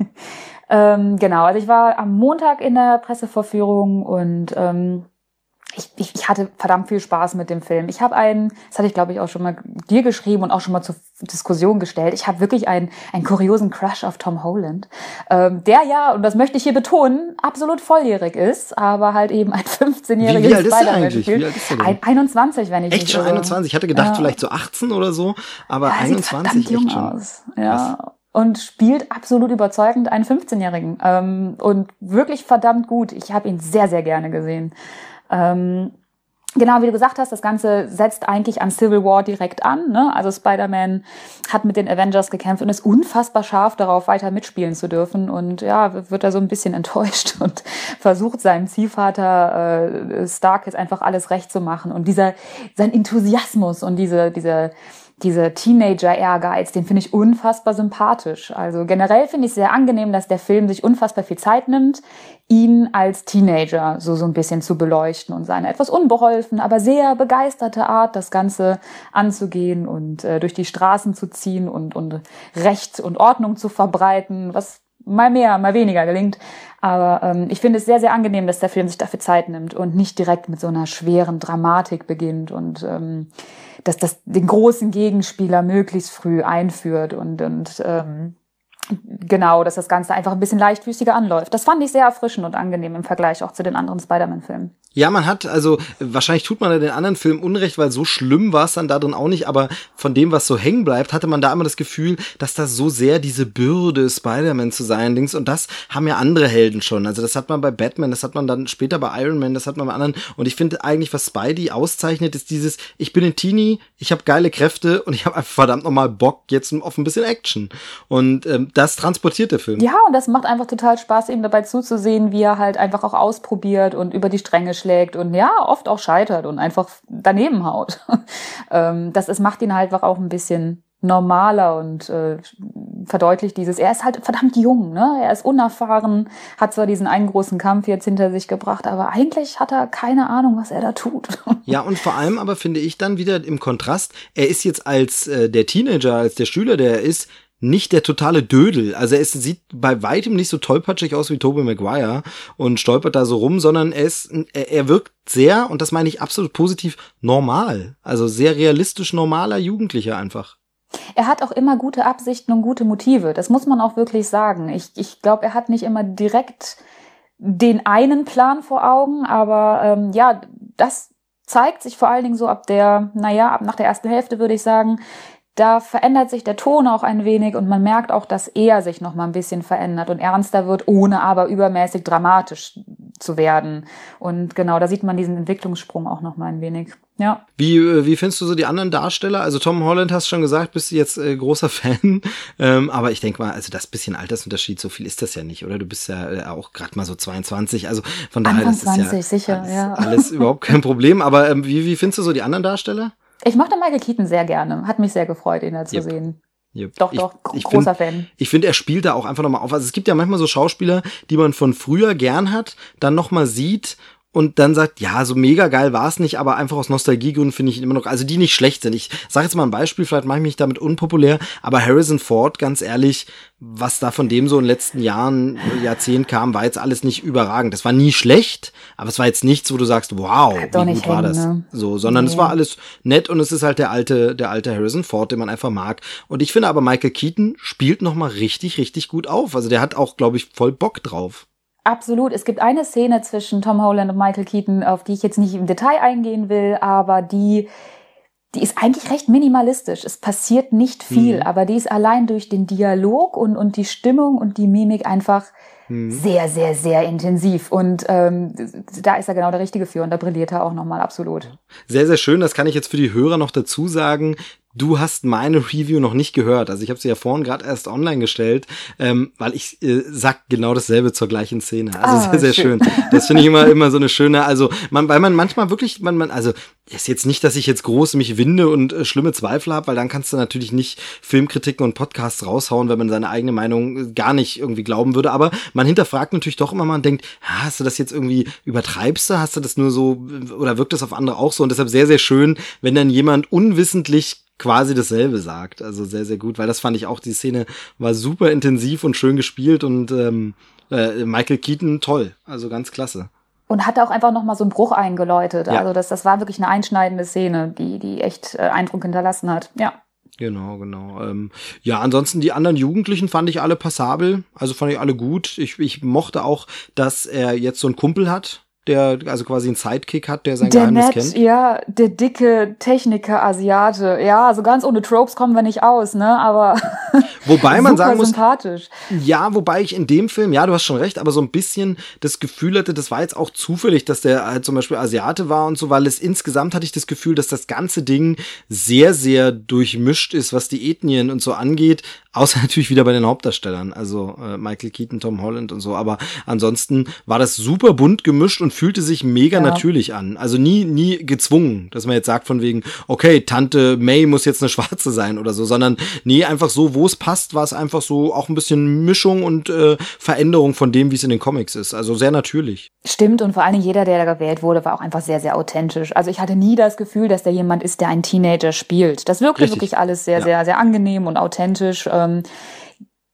ähm, genau, also ich war am Montag in der Pressevorführung und ähm, Ich, ich, ich hatte verdammt viel Spaß mit dem Film. Ich habe einen, das hatte ich glaube ich auch schon mal dir geschrieben und auch schon mal zur Diskussion gestellt, ich habe wirklich einen, einen kuriosen Crush auf Tom Holland, ähm, der ja, und das möchte ich hier betonen, absolut volljährig ist, aber halt eben ein fünfzehnjähriges wie, wie alt ist der Spider-Man eigentlich? spielt. Wie alt ist der denn? Ein, einundzwanzig, wenn ich Echt nicht schon irre. einundzwanzig? Ich hatte gedacht, Ja. vielleicht so achtzehn oder so, aber Ja, er sieht einundzwanzig verdammt jung echt schon. aus. Ja. Und spielt absolut überzeugend einen fünfzehnjährigen. Ähm, und wirklich verdammt gut. Ich habe ihn sehr, sehr gerne gesehen. Ähm, Genau, wie du gesagt hast, das Ganze setzt eigentlich an Civil War direkt an, ne? Also Spider-Man hat mit den Avengers gekämpft und ist unfassbar scharf darauf, weiter mitspielen zu dürfen. Und ja, wird da so ein bisschen enttäuscht und versucht seinem Ziehvater äh, Stark jetzt einfach alles recht zu machen. Und dieser, sein Enthusiasmus und diese, diese, diese Teenager-Ehrgeiz, den finde ich unfassbar sympathisch. Also generell finde ich sehr angenehm, dass der Film sich unfassbar viel Zeit nimmt, ihn als Teenager so so ein bisschen zu beleuchten und seine etwas unbeholfen, aber sehr begeisterte Art, das Ganze anzugehen und äh, durch die Straßen zu ziehen und und Recht und Ordnung zu verbreiten, was mal mehr, mal weniger gelingt. Aber ähm, ich finde es sehr, sehr angenehm, dass der Film sich dafür Zeit nimmt und nicht direkt mit so einer schweren Dramatik beginnt und ähm, dass das den großen Gegenspieler möglichst früh einführt und, und ähm, genau, dass das Ganze einfach ein bisschen leichtfüßiger anläuft. Das fand ich sehr erfrischend und angenehm im Vergleich auch zu den anderen Spider-Man-Filmen. Ja, man hat, also wahrscheinlich tut man ja den anderen Filmen Unrecht, weil so schlimm war es dann da drin auch nicht, aber von dem, was so hängen bleibt, hatte man da immer das Gefühl, dass das so sehr diese Bürde, Spider-Man zu sein, Dings, und das haben ja andere Helden schon. Also das hat man bei Batman, das hat man dann später bei Iron Man, das hat man bei anderen, und ich finde eigentlich, was Spidey auszeichnet, ist dieses, ich bin ein Teenie, ich habe geile Kräfte und ich habe einfach verdammt nochmal Bock jetzt auf ein bisschen Action. Und ähm, das transportiert der Film. Ja, und das macht einfach total Spaß, ihm dabei zuzusehen, wie er halt einfach auch ausprobiert und über die Stränge schlägt und ja, oft auch scheitert und einfach daneben haut. ähm, das ist, macht ihn halt einfach auch ein bisschen normaler und äh, verdeutlicht dieses, er ist halt verdammt jung, ne? Er ist unerfahren, hat zwar diesen einen großen Kampf jetzt hinter sich gebracht, aber eigentlich hat er keine Ahnung, was er da tut. Ja, und vor allem aber finde ich dann wieder im Kontrast, er ist jetzt als äh, der Teenager, als der Schüler, der er ist, nicht der totale Dödel. Also es sieht bei weitem nicht so tollpatschig aus wie Tobey Maguire und stolpert da so rum, sondern er ist, er, er wirkt sehr, und das meine ich absolut positiv, normal. Also sehr realistisch normaler Jugendlicher einfach. Er hat auch immer gute Absichten und gute Motive. Das muss man auch wirklich sagen. Ich, ich glaube, er hat nicht immer direkt den einen Plan vor Augen, aber ähm, ja, das zeigt sich vor allen Dingen so ab der, naja, ab nach der ersten Hälfte würde ich sagen. Da verändert sich der Ton auch ein wenig und man merkt auch, dass er sich noch mal ein bisschen verändert und ernster wird, ohne aber übermäßig dramatisch zu werden. Und genau, da sieht man diesen Entwicklungssprung auch noch mal ein wenig. Ja. Wie, wie findest du so die anderen Darsteller? Also Tom Holland, hast schon gesagt, bist du jetzt äh, großer Fan. Ähm, aber ich denke mal, also das bisschen Altersunterschied, so viel ist das ja nicht, oder? Du bist ja äh, auch gerade mal so zweiundzwanzig. Also von daher, das ist ja, sicher, alles, ja. alles überhaupt kein Problem. Aber ähm, wie, wie findest du so die anderen Darsteller? Ich mochte Michael Keaton sehr gerne. Hat mich sehr gefreut, ihn da zu yep. sehen. Yep. Doch, ich, doch, ich großer find, Fan. Ich finde, er spielt da auch einfach nochmal auf. Also es gibt ja manchmal so Schauspieler, die man von früher gern hat, dann nochmal sieht und dann sagt, ja, so mega geil war es nicht, aber einfach aus Nostalgiegründen finde ich ihn immer noch, also die nicht schlecht sind. Ich sage jetzt mal ein Beispiel, vielleicht mache ich mich damit unpopulär, aber Harrison Ford, ganz ehrlich, was da von dem so in den letzten Jahren, Jahrzehnten kam, war jetzt alles nicht überragend. Das war nie schlecht, aber es war jetzt nichts, wo du sagst, wow, wie gut hängen, war das? Ne? So, sondern nee. Es war alles nett und es ist halt der alte, der alte Harrison Ford, den man einfach mag. Und ich finde aber, Michael Keaton spielt nochmal richtig, richtig gut auf. Also der hat auch, glaube ich, voll Bock drauf. Absolut. Es gibt eine Szene zwischen Tom Holland und Michael Keaton, auf die ich jetzt nicht im Detail eingehen will, aber die, die ist eigentlich recht minimalistisch. Es passiert nicht viel, mhm. aber die ist allein durch den Dialog und, und die Stimmung und die Mimik einfach mhm. sehr, sehr, sehr intensiv. Und ähm, da ist er genau der Richtige für und da brilliert er auch nochmal absolut. Sehr, sehr schön. Das kann ich jetzt für die Hörer noch dazu sagen. Du hast meine Review noch nicht gehört. Also ich habe sie ja vorhin gerade erst online gestellt, ähm, weil ich äh, sag genau dasselbe zur gleichen Szene. Also ah, sehr, sehr schön. schön. Das finde ich immer immer so eine schöne, also man, weil man manchmal wirklich, man, man, also ist jetzt nicht, dass ich jetzt groß mich winde und äh, schlimme Zweifel habe, weil dann kannst du natürlich nicht Filmkritiken und Podcasts raushauen, wenn man seine eigene Meinung gar nicht irgendwie glauben würde. Aber man hinterfragt natürlich doch immer mal und denkt, hast du das jetzt irgendwie, übertreibst du? Hast du das nur so, oder wirkt das auf andere auch so? Und deshalb sehr, sehr schön, wenn dann jemand unwissentlich quasi dasselbe sagt. Also sehr, sehr gut, weil das fand ich auch, die Szene war super intensiv und schön gespielt und ähm, äh, Michael Keaton toll, also ganz klasse. Und hat auch einfach nochmal so einen Bruch eingeläutet. Ja. Also das, das war wirklich eine einschneidende Szene, die, die echt äh, Eindruck hinterlassen hat. Ja. Genau, genau. Ähm, ja, ansonsten die anderen Jugendlichen fand ich alle passabel, also fand ich alle gut. Ich, ich mochte auch, dass er jetzt so einen Kumpel hat, der also quasi einen Sidekick hat, der sein der Geheimnis nett, kennt. Ja, der dicke Techniker-Asiate. Ja, also ganz ohne Tropes kommen wir nicht aus, ne? Aber wobei man sagen muss, sympathisch. Ja, wobei ich in dem Film, ja, du hast schon recht, aber so ein bisschen das Gefühl hatte, das war jetzt auch zufällig, dass der halt zum Beispiel Asiate war und so, weil es insgesamt hatte ich das Gefühl, dass das ganze Ding sehr, sehr durchmischt ist, was die Ethnien und so angeht. Außer natürlich wieder bei den Hauptdarstellern, also äh, Michael Keaton, Tom Holland und so. Aber ansonsten war das super bunt gemischt und fühlte sich mega ja. natürlich an. Also nie, nie gezwungen, dass man jetzt sagt von wegen, okay, Tante May muss jetzt eine Schwarze sein oder so, sondern nee, einfach so, wo es passt, war es einfach so auch ein bisschen Mischung und äh, Veränderung von dem, wie es in den Comics ist. Also sehr natürlich. Stimmt, und vor allen Dingen jeder, der da gewählt wurde, war auch einfach sehr, sehr authentisch. Also ich hatte nie das Gefühl, dass da jemand ist, der einen Teenager spielt. Das wirkte Richtig. wirklich alles sehr, ja. sehr, sehr angenehm und authentisch. Ähm,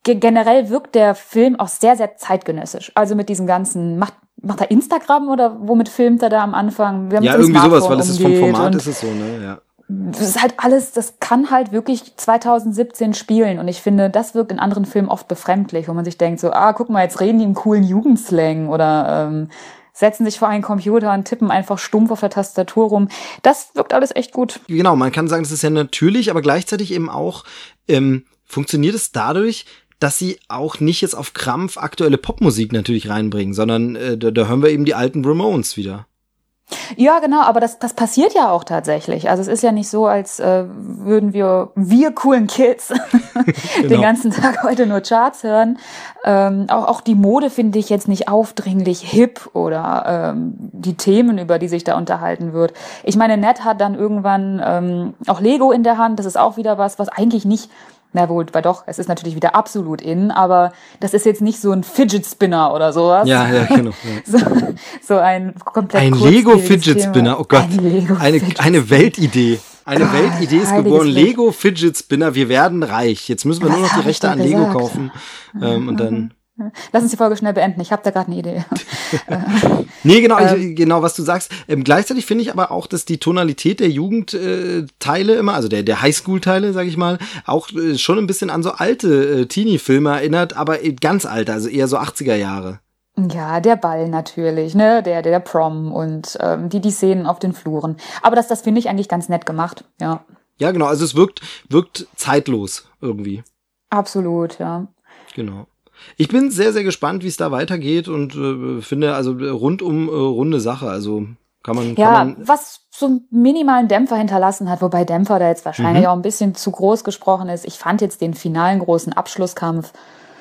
ge- generell wirkt der Film auch sehr, sehr zeitgenössisch. Also mit diesem ganzen, macht, macht er Instagram oder womit filmt er da am Anfang? Ja, irgendwie sowas, weil es ist vom Format ist es so, ne, ja. Das ist halt alles, das kann halt wirklich zwanzig siebzehn spielen. Und ich finde, das wirkt in anderen Filmen oft befremdlich, wo man sich denkt so, ah, guck mal, jetzt reden die im coolen Jugendslang oder ähm, setzen sich vor einen Computer und tippen einfach stumpf auf der Tastatur rum. Das wirkt alles echt gut. Genau, man kann sagen, das ist ja natürlich, aber gleichzeitig eben auch, ähm, funktioniert es dadurch, dass sie auch nicht jetzt auf Krampf aktuelle Popmusik natürlich reinbringen, sondern äh, da, da hören wir eben die alten Ramones wieder. Ja, genau, aber das, das passiert ja auch tatsächlich. Also es ist ja nicht so, als äh, würden wir, wir coolen Kids, genau. den ganzen Tag heute nur Charts hören. Ähm, auch, auch die Mode finde ich jetzt nicht aufdringlich hip oder ähm, die Themen, über die sich da unterhalten wird. Ich meine, Ned hat dann irgendwann ähm, auch Lego in der Hand. Das ist auch wieder was, was eigentlich nicht... Na wohl, weil doch, es ist natürlich wieder absolut in, aber das ist jetzt nicht so ein Fidget Spinner oder sowas. Ja, ja, genau. Ja. So, so ein komplett Ein Lego Fidget Spinner, oh Gott. Ein eine, eine Weltidee. Eine ah, Weltidee ist geboren. Lego Fidget Spinner, wir werden reich. Jetzt müssen wir Was nur noch die Rechte an Lego gesagt? kaufen. Ähm, und dann... Lass uns die Folge schnell beenden. Ich habe da gerade eine Idee. Nee, genau, ähm, ich, genau, was du sagst. Ähm, gleichzeitig finde ich aber auch, dass die Tonalität der Jugendteile äh, immer, also der, der Highschool-Teile, sag ich mal, auch äh, schon ein bisschen an so alte äh, Teenie-Filme erinnert, aber ganz alte, also eher so achtziger Jahre. Ja, der Ball natürlich, ne, der, der Prom und ähm, die, die Szenen auf den Fluren. Aber das, das finde ich eigentlich ganz nett gemacht, ja. Ja, genau, also es wirkt, wirkt zeitlos irgendwie. Absolut, ja. Genau. Ich bin sehr, sehr gespannt, wie es da weitergeht und äh, finde, also rundum äh, runde Sache, also kann man... Ja, kann man was so einen minimalen Dämpfer hinterlassen hat, wobei Dämpfer da jetzt wahrscheinlich Mhm. auch ein bisschen zu groß gesprochen ist. Ich fand jetzt den finalen großen Abschlusskampf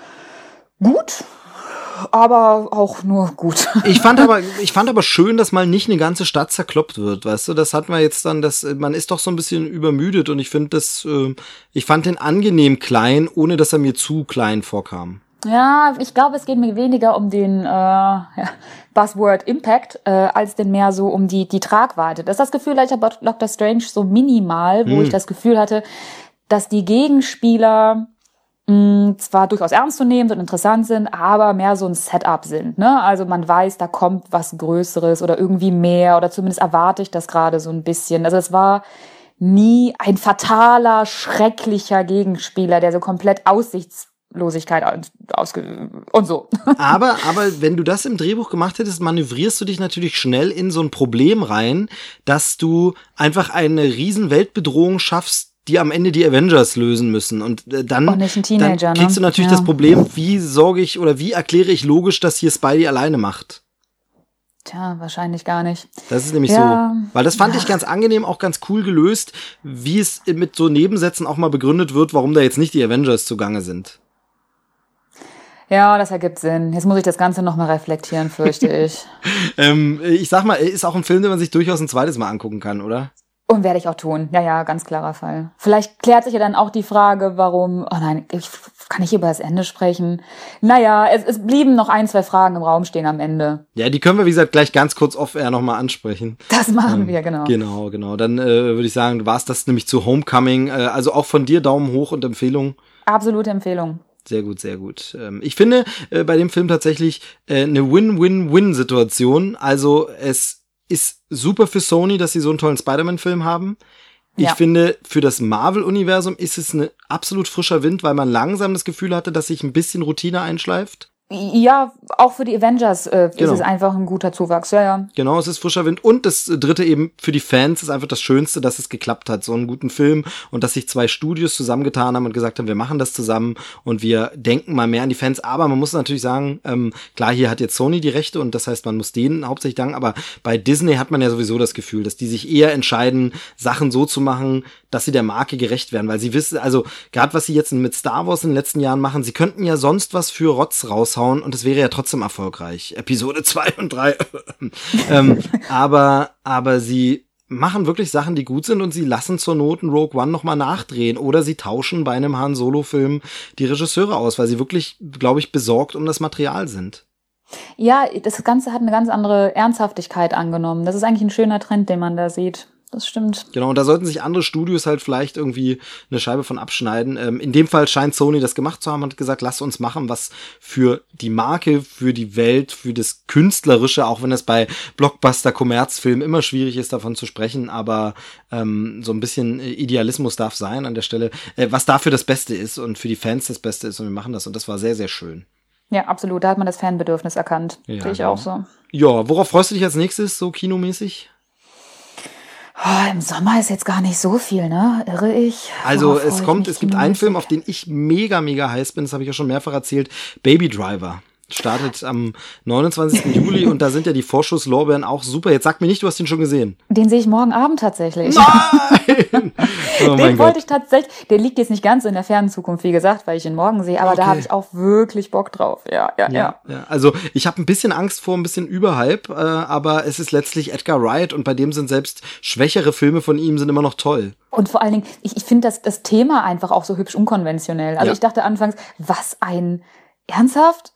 gut, aber auch nur gut. Ich fand aber, ich fand aber schön, dass mal nicht eine ganze Stadt zerkloppt wird, weißt du, das hat man jetzt dann, das, man ist doch so ein bisschen übermüdet und ich finde das, äh, ich fand den angenehm klein, ohne dass er mir zu klein vorkam. Ja, ich glaube, es geht mir weniger um den äh, ja, Buzzword Impact, äh, als denn mehr so um die die Tragweite. Das ist das Gefühl, ich habe bei Doctor Strange so minimal, wo Hm. ich das Gefühl hatte, dass die Gegenspieler mh, zwar durchaus ernstzunehmend und interessant sind, aber mehr so ein Setup sind. Ne? Also man weiß, da kommt was Größeres oder irgendwie mehr oder zumindest erwarte ich das gerade so ein bisschen. Also es war nie ein fataler, schrecklicher Gegenspieler, der so komplett aussichtslos Losigkeit ausge und so. Aber, aber wenn du das im Drehbuch gemacht hättest, manövrierst du dich natürlich schnell in so ein Problem rein, dass du einfach eine riesen Weltbedrohung schaffst, die am Ende die Avengers lösen müssen. Und äh, dann, Auch nicht ein Teenager, dann kriegst du ne? natürlich Ja. das Problem, wie sorge ich oder wie erkläre ich logisch, dass hier Spidey alleine macht. Tja, wahrscheinlich gar nicht. Das ist nämlich Ja. so. Weil das fand Ja. ich ganz angenehm, auch ganz cool gelöst, wie es mit so Nebensätzen auch mal begründet wird, warum da jetzt nicht die Avengers zugange sind. Ja, das ergibt Sinn. Jetzt muss ich das Ganze nochmal reflektieren, fürchte ich. ähm, ich sag mal, ist auch ein Film, den man sich durchaus ein zweites Mal angucken kann, oder? Und werde ich auch tun. Ja, ja, ganz klarer Fall. Vielleicht klärt sich ja dann auch die Frage, warum, oh nein, ich kann nicht über das Ende sprechen. Naja, es, es blieben noch ein, zwei Fragen im Raum stehen am Ende. Ja, die können wir, wie gesagt, gleich ganz kurz off-air nochmal ansprechen. Das machen Ähm, wir, genau. Genau, genau. Dann äh, würde ich sagen, war es das nämlich zu Homecoming. Äh, also auch von dir Daumen hoch und Empfehlung. Absolute Empfehlung. Sehr gut, sehr gut. Ähm, ich finde äh, bei dem Film tatsächlich äh, eine Win-Win-Win-Situation. Also es ist super für Sony, dass sie so einen tollen Spider-Man-Film haben. Ich Ja. finde, für das Marvel-Universum ist es ein absolut frischer Wind, weil man langsam das Gefühl hatte, dass sich ein bisschen Routine einschleift. Ja, auch für die Avengers äh, Genau. ist es einfach ein guter Zuwachs. Ja, ja. Genau, es ist frischer Wind. Und das dritte eben für die Fans ist einfach das Schönste, dass es geklappt hat. So einen guten Film und dass sich zwei Studios zusammengetan haben und gesagt haben, wir machen das zusammen und wir denken mal mehr an die Fans. Aber man muss natürlich sagen, ähm, klar, hier hat jetzt Sony die Rechte und das heißt, man muss denen hauptsächlich danken. Aber bei Disney hat man ja sowieso das Gefühl, dass die sich eher entscheiden, Sachen so zu machen, dass sie der Marke gerecht werden. Weil sie wissen, also gerade was sie jetzt mit Star Wars in den letzten Jahren machen, sie könnten ja sonst was für Rotz raushauen und es wäre ja trotzdem erfolgreich. Episode zwei und drei. ähm, aber, aber sie machen wirklich Sachen, die gut sind und sie lassen zur Not einen Rogue One nochmal nachdrehen oder sie tauschen bei einem Han Solo-Film die Regisseure aus, weil sie wirklich, glaube ich, besorgt um das Material sind. Ja, das Ganze hat eine ganz andere Ernsthaftigkeit angenommen. Das ist eigentlich ein schöner Trend, den man da sieht. das stimmt. Genau, und da sollten sich andere Studios halt vielleicht irgendwie eine Scheibe von abschneiden. Ähm, in dem Fall scheint Sony das gemacht zu haben und hat gesagt, lass uns machen, was für die Marke, für die Welt, für das Künstlerische, auch wenn es bei Blockbuster-Kommerzfilmen immer schwierig ist, davon zu sprechen, aber ähm, so ein bisschen Idealismus darf sein an der Stelle, äh, was dafür das Beste ist und für die Fans das Beste ist, und wir machen das, und das war sehr, sehr schön. Ja, absolut, da hat man das Fanbedürfnis erkannt. Ja, Sehe ich genau. auch so. Ja, worauf freust du dich als nächstes, so kinomäßig? Oh, im Sommer ist jetzt gar nicht so viel, ne? Irre ich. Also Worauf es freue kommt, ich mich es gibt einen kinomäßig? Film, auf den ich mega, mega heiß bin, das habe ich ja schon mehrfach erzählt, Baby Driver. Startet am neunundzwanzigsten Juli und da sind ja die Vorschusslorbeeren auch super. Jetzt sag mir nicht, du hast den schon gesehen. Den sehe ich morgen Abend tatsächlich. Nein! Oh mein Den Gott. wollte ich tatsächlich, der liegt jetzt nicht ganz so in der fernen Zukunft, wie gesagt, weil ich ihn morgen sehe, aber Okay. da habe ich auch wirklich Bock drauf. Ja, ja, ja. Ja, ja, also ich habe ein bisschen Angst vor ein bisschen Überhype, äh, aber es ist letztlich Edgar Wright und bei dem sind selbst schwächere Filme von ihm sind immer noch toll. Und vor allen Dingen, ich, ich finde das, das Thema einfach auch so hübsch unkonventionell. Also Ja. ich dachte anfangs, was ein ernsthaft?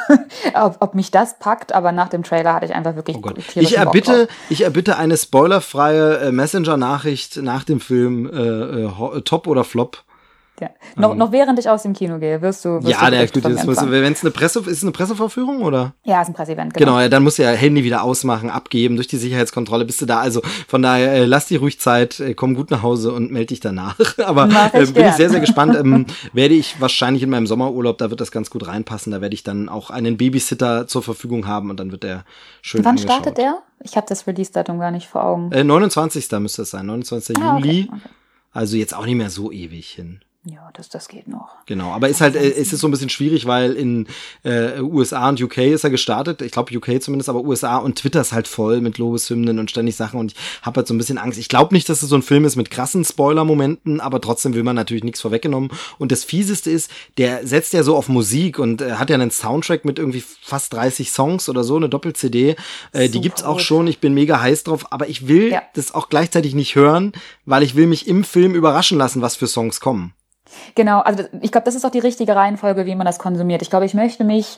ob, ob mich das packt, aber nach dem Trailer hatte ich einfach wirklich Oh Gott. tierischen Ich Bock erbitte, drauf. ich erbitte eine spoilerfreie äh, Messenger-Nachricht nach dem Film äh, äh, ho- Top oder Flop. Ja. Noch, noch während ich aus dem Kino gehe, wirst du, wirst Ja, du der Bericht gut, von mir das muss, empfangen. wenn es eine Presse ist, es eine Presseverführung oder? Ja, ist ein Presseevent, genau. Genau, ja, dann muss ja Handy wieder ausmachen, abgeben, durch die Sicherheitskontrolle bist du da. Also von daher, äh, lass dir ruhig Zeit, äh, komm gut nach Hause und melde dich danach. Aber Mach äh, ich bin ich gern. sehr, sehr gespannt. Ähm, werde ich wahrscheinlich in meinem Sommerurlaub, da wird das ganz gut reinpassen. Da werde ich dann auch einen Babysitter zur Verfügung haben und dann wird der schön Wann angeschaut. startet der? Ich habe das Release-Datum gar nicht vor Augen. Äh, neunundzwanzigsten müsste es sein, neunundzwanzigsten Ah, okay, Juli. okay. Also jetzt auch nicht mehr so ewig hin. Ja, das, das geht noch. Genau, aber ist halt, äh, es ist so ein bisschen schwierig, weil in äh, U S A und U K ist er gestartet, ich glaube U K zumindest, aber U S A und Twitter ist halt voll mit Lobeshymnen und ständig Sachen und ich habe halt so ein bisschen Angst. Ich glaube nicht, dass es so ein Film ist mit krassen Spoiler-Momenten, aber trotzdem will man natürlich nichts vorweggenommen. Und das Fieseste ist, der setzt ja so auf Musik und äh, hat ja einen Soundtrack mit irgendwie fast dreißig Songs oder so, eine Doppel-C D. Äh, die Super gibt's auch gut. schon, ich bin mega heiß drauf, aber ich will Ja. das auch gleichzeitig nicht hören, weil ich will mich im Film überraschen lassen, was für Songs kommen. Genau, also das- ich glaube, das ist auch die richtige Reihenfolge, wie man das konsumiert. Ich glaube, ich möchte mich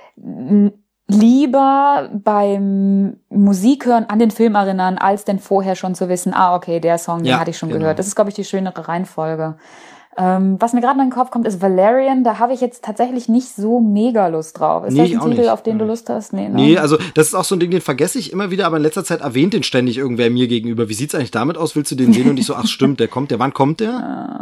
m, lieber beim Musikhören an den Film erinnern, als denn vorher schon zu wissen, ah, okay, der Song, den Ja, hatte ich schon genau. gehört. Das ist, glaube ich, die schönere Reihenfolge. Ähm, was mir gerade in den Kopf kommt, ist Valerian. Da habe ich jetzt tatsächlich nicht so mega Lust drauf. Ist Nee, das ich ein auch Titel, nicht. auf den du Nee. Lust hast? Nee, ne? Nee, also das ist auch so ein Ding, den vergesse ich immer wieder, aber in letzter Zeit erwähnt den ständig irgendwer mir gegenüber. Wie sieht's eigentlich damit aus? Willst du den sehen? Und ich so, ach stimmt, der kommt. Der, wann kommt der?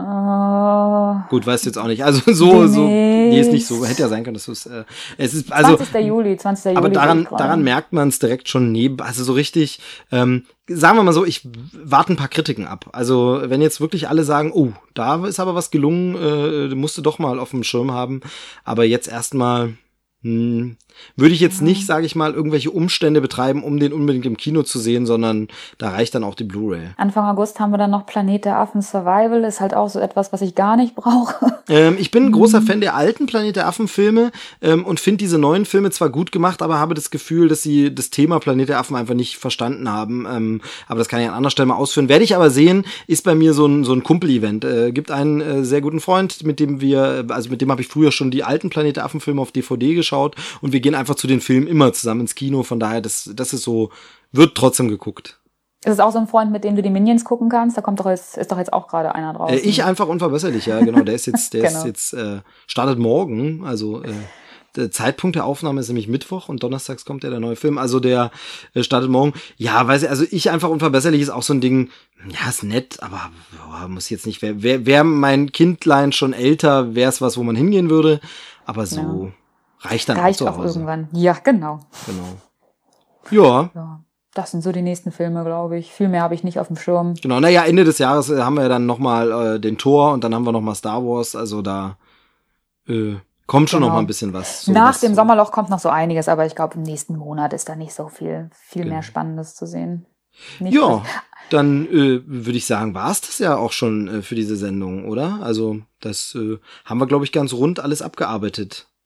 Äh, Gut, weißt du jetzt auch nicht. Also so, so, nee, ist nicht so. Demnächst. Hätte ja sein können, dass du es, äh, es ist, also, zwanzigsten Juli, zwanzigsten aber Juli. daran, sehe ich gerade. daran merkt man es direkt schon neben, also so richtig, ähm, sagen wir mal so, ich warte ein paar Kritiken ab. Also wenn jetzt wirklich alle sagen, oh, da ist aber was gelungen, äh, musst du doch mal auf dem Schirm haben. Aber jetzt erstmal hm, würde ich jetzt nicht, sage ich mal, irgendwelche Umstände betreiben, um den unbedingt im Kino zu sehen, sondern da reicht dann auch die Blu-ray. Anfang August haben wir dann noch Planet der Affen Survival. Ist halt auch so etwas, was ich gar nicht brauche. Ähm, ich bin ein großer Fan der alten Planet der Affen-Filme ähm, und finde diese neuen Filme zwar gut gemacht, aber habe das Gefühl, dass sie das Thema Planet der Affen einfach nicht verstanden haben. Ähm, aber das kann ich an anderer Stelle mal ausführen. Werde ich aber sehen, ist bei mir so ein, so ein Kumpel-Event. Äh, gibt einen äh, sehr guten Freund, mit dem wir, also mit dem habe ich früher schon die alten Planet der Affen-Filme auf D V D geschaut und wir gehen einfach zu den Filmen immer zusammen ins Kino. Von daher, das, das ist so, wird trotzdem geguckt. Ist es auch so ein Freund, mit dem du die Minions gucken kannst? Da kommt doch jetzt, ist doch jetzt auch gerade einer draußen. Äh, ich einfach unverbesserlich, ja, genau. Der ist jetzt, der Genau. ist jetzt, äh, startet morgen, also äh, der Zeitpunkt der Aufnahme ist nämlich Mittwoch und donnerstags kommt ja der neue Film. Also der äh, startet morgen. Ja, weiß ich, also ich einfach unverbesserlich ist auch so ein Ding, ja, ist nett, aber boah, muss jetzt nicht, wäre wär, wär mein Kindlein schon älter, wäre es was, wo man hingehen würde. Aber so reicht dann Reicht auch auch zu Hause. irgendwann. Ja, genau. Genau. Ja, Ja, das sind so die nächsten Filme, glaube ich. Viel mehr habe ich nicht auf dem Schirm. genau. Naja, Ende des Jahres äh, haben wir dann noch mal äh, den Tor und dann haben wir noch mal Star Wars. Also da äh, kommt schon Genau. noch mal ein bisschen was. So Nach was, dem so. Sommerloch kommt noch so einiges, aber ich glaube, im nächsten Monat ist da nicht so viel, viel Genau. mehr Spannendes zu sehen. Nicht Ja, was- dann äh, würde ich sagen, war es das ja auch schon äh, für diese Sendung, oder? Also das äh, haben wir, glaube ich, ganz rund alles abgearbeitet.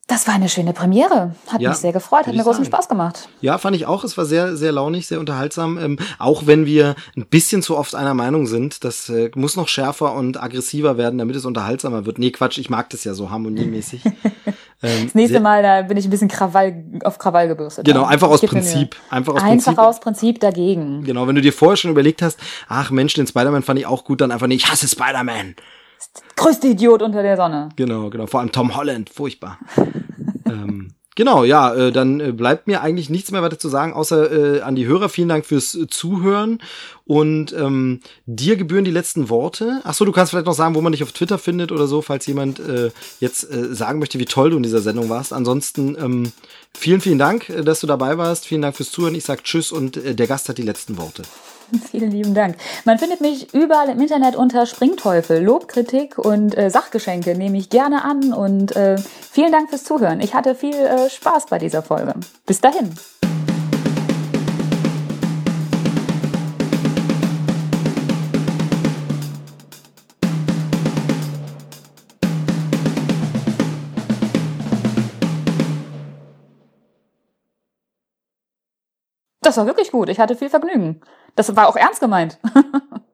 Das war eine schöne Premiere. Hat Ja, mich sehr gefreut, hat würde mir ich großen sagen. Spaß gemacht. Ja, fand ich auch. Es war sehr, sehr launig, sehr unterhaltsam. Ähm, auch wenn wir ein bisschen zu oft einer Meinung sind, das äh, muss noch schärfer und aggressiver werden, damit es unterhaltsamer wird. Nee, Quatsch, ich mag das ja so harmoniemäßig. ähm, Das nächste sehr, Mal, da bin ich ein bisschen Krawall, auf Krawall gebürstet. Genau, einfach Ich aus geb mir Prinzip. Mühe. Einfach aus Einfach Prinzip. aus Prinzip dagegen. Genau, wenn du dir vorher schon überlegt hast, ach Mensch, den Spider-Man fand ich auch gut, dann einfach nicht, ich hasse Spider-Man. Größte Idiot unter der Sonne. Genau, genau. Vor allem Tom Holland, furchtbar. ähm, genau, ja, äh, dann äh, bleibt mir eigentlich nichts mehr weiter zu sagen, außer äh, an die Hörer. Vielen Dank fürs äh, Zuhören. Und ähm, dir gebühren die letzten Worte. Ach so, du kannst vielleicht noch sagen, wo man dich auf Twitter findet oder so, falls jemand äh, jetzt äh, sagen möchte, wie toll du in dieser Sendung warst. Ansonsten ähm, vielen, vielen Dank, äh, dass du dabei warst. Vielen Dank fürs Zuhören. Ich sag Tschüss und äh, der Gast hat die letzten Worte. Vielen lieben Dank. Man findet mich überall im Internet unter Springteufel. Lob, Kritik und äh, Sachgeschenke nehme ich gerne an. Und äh, vielen Dank fürs Zuhören. Ich hatte viel äh, Spaß bei dieser Folge. Bis dahin. Das war wirklich gut. Ich hatte viel Vergnügen. Das war auch ernst gemeint.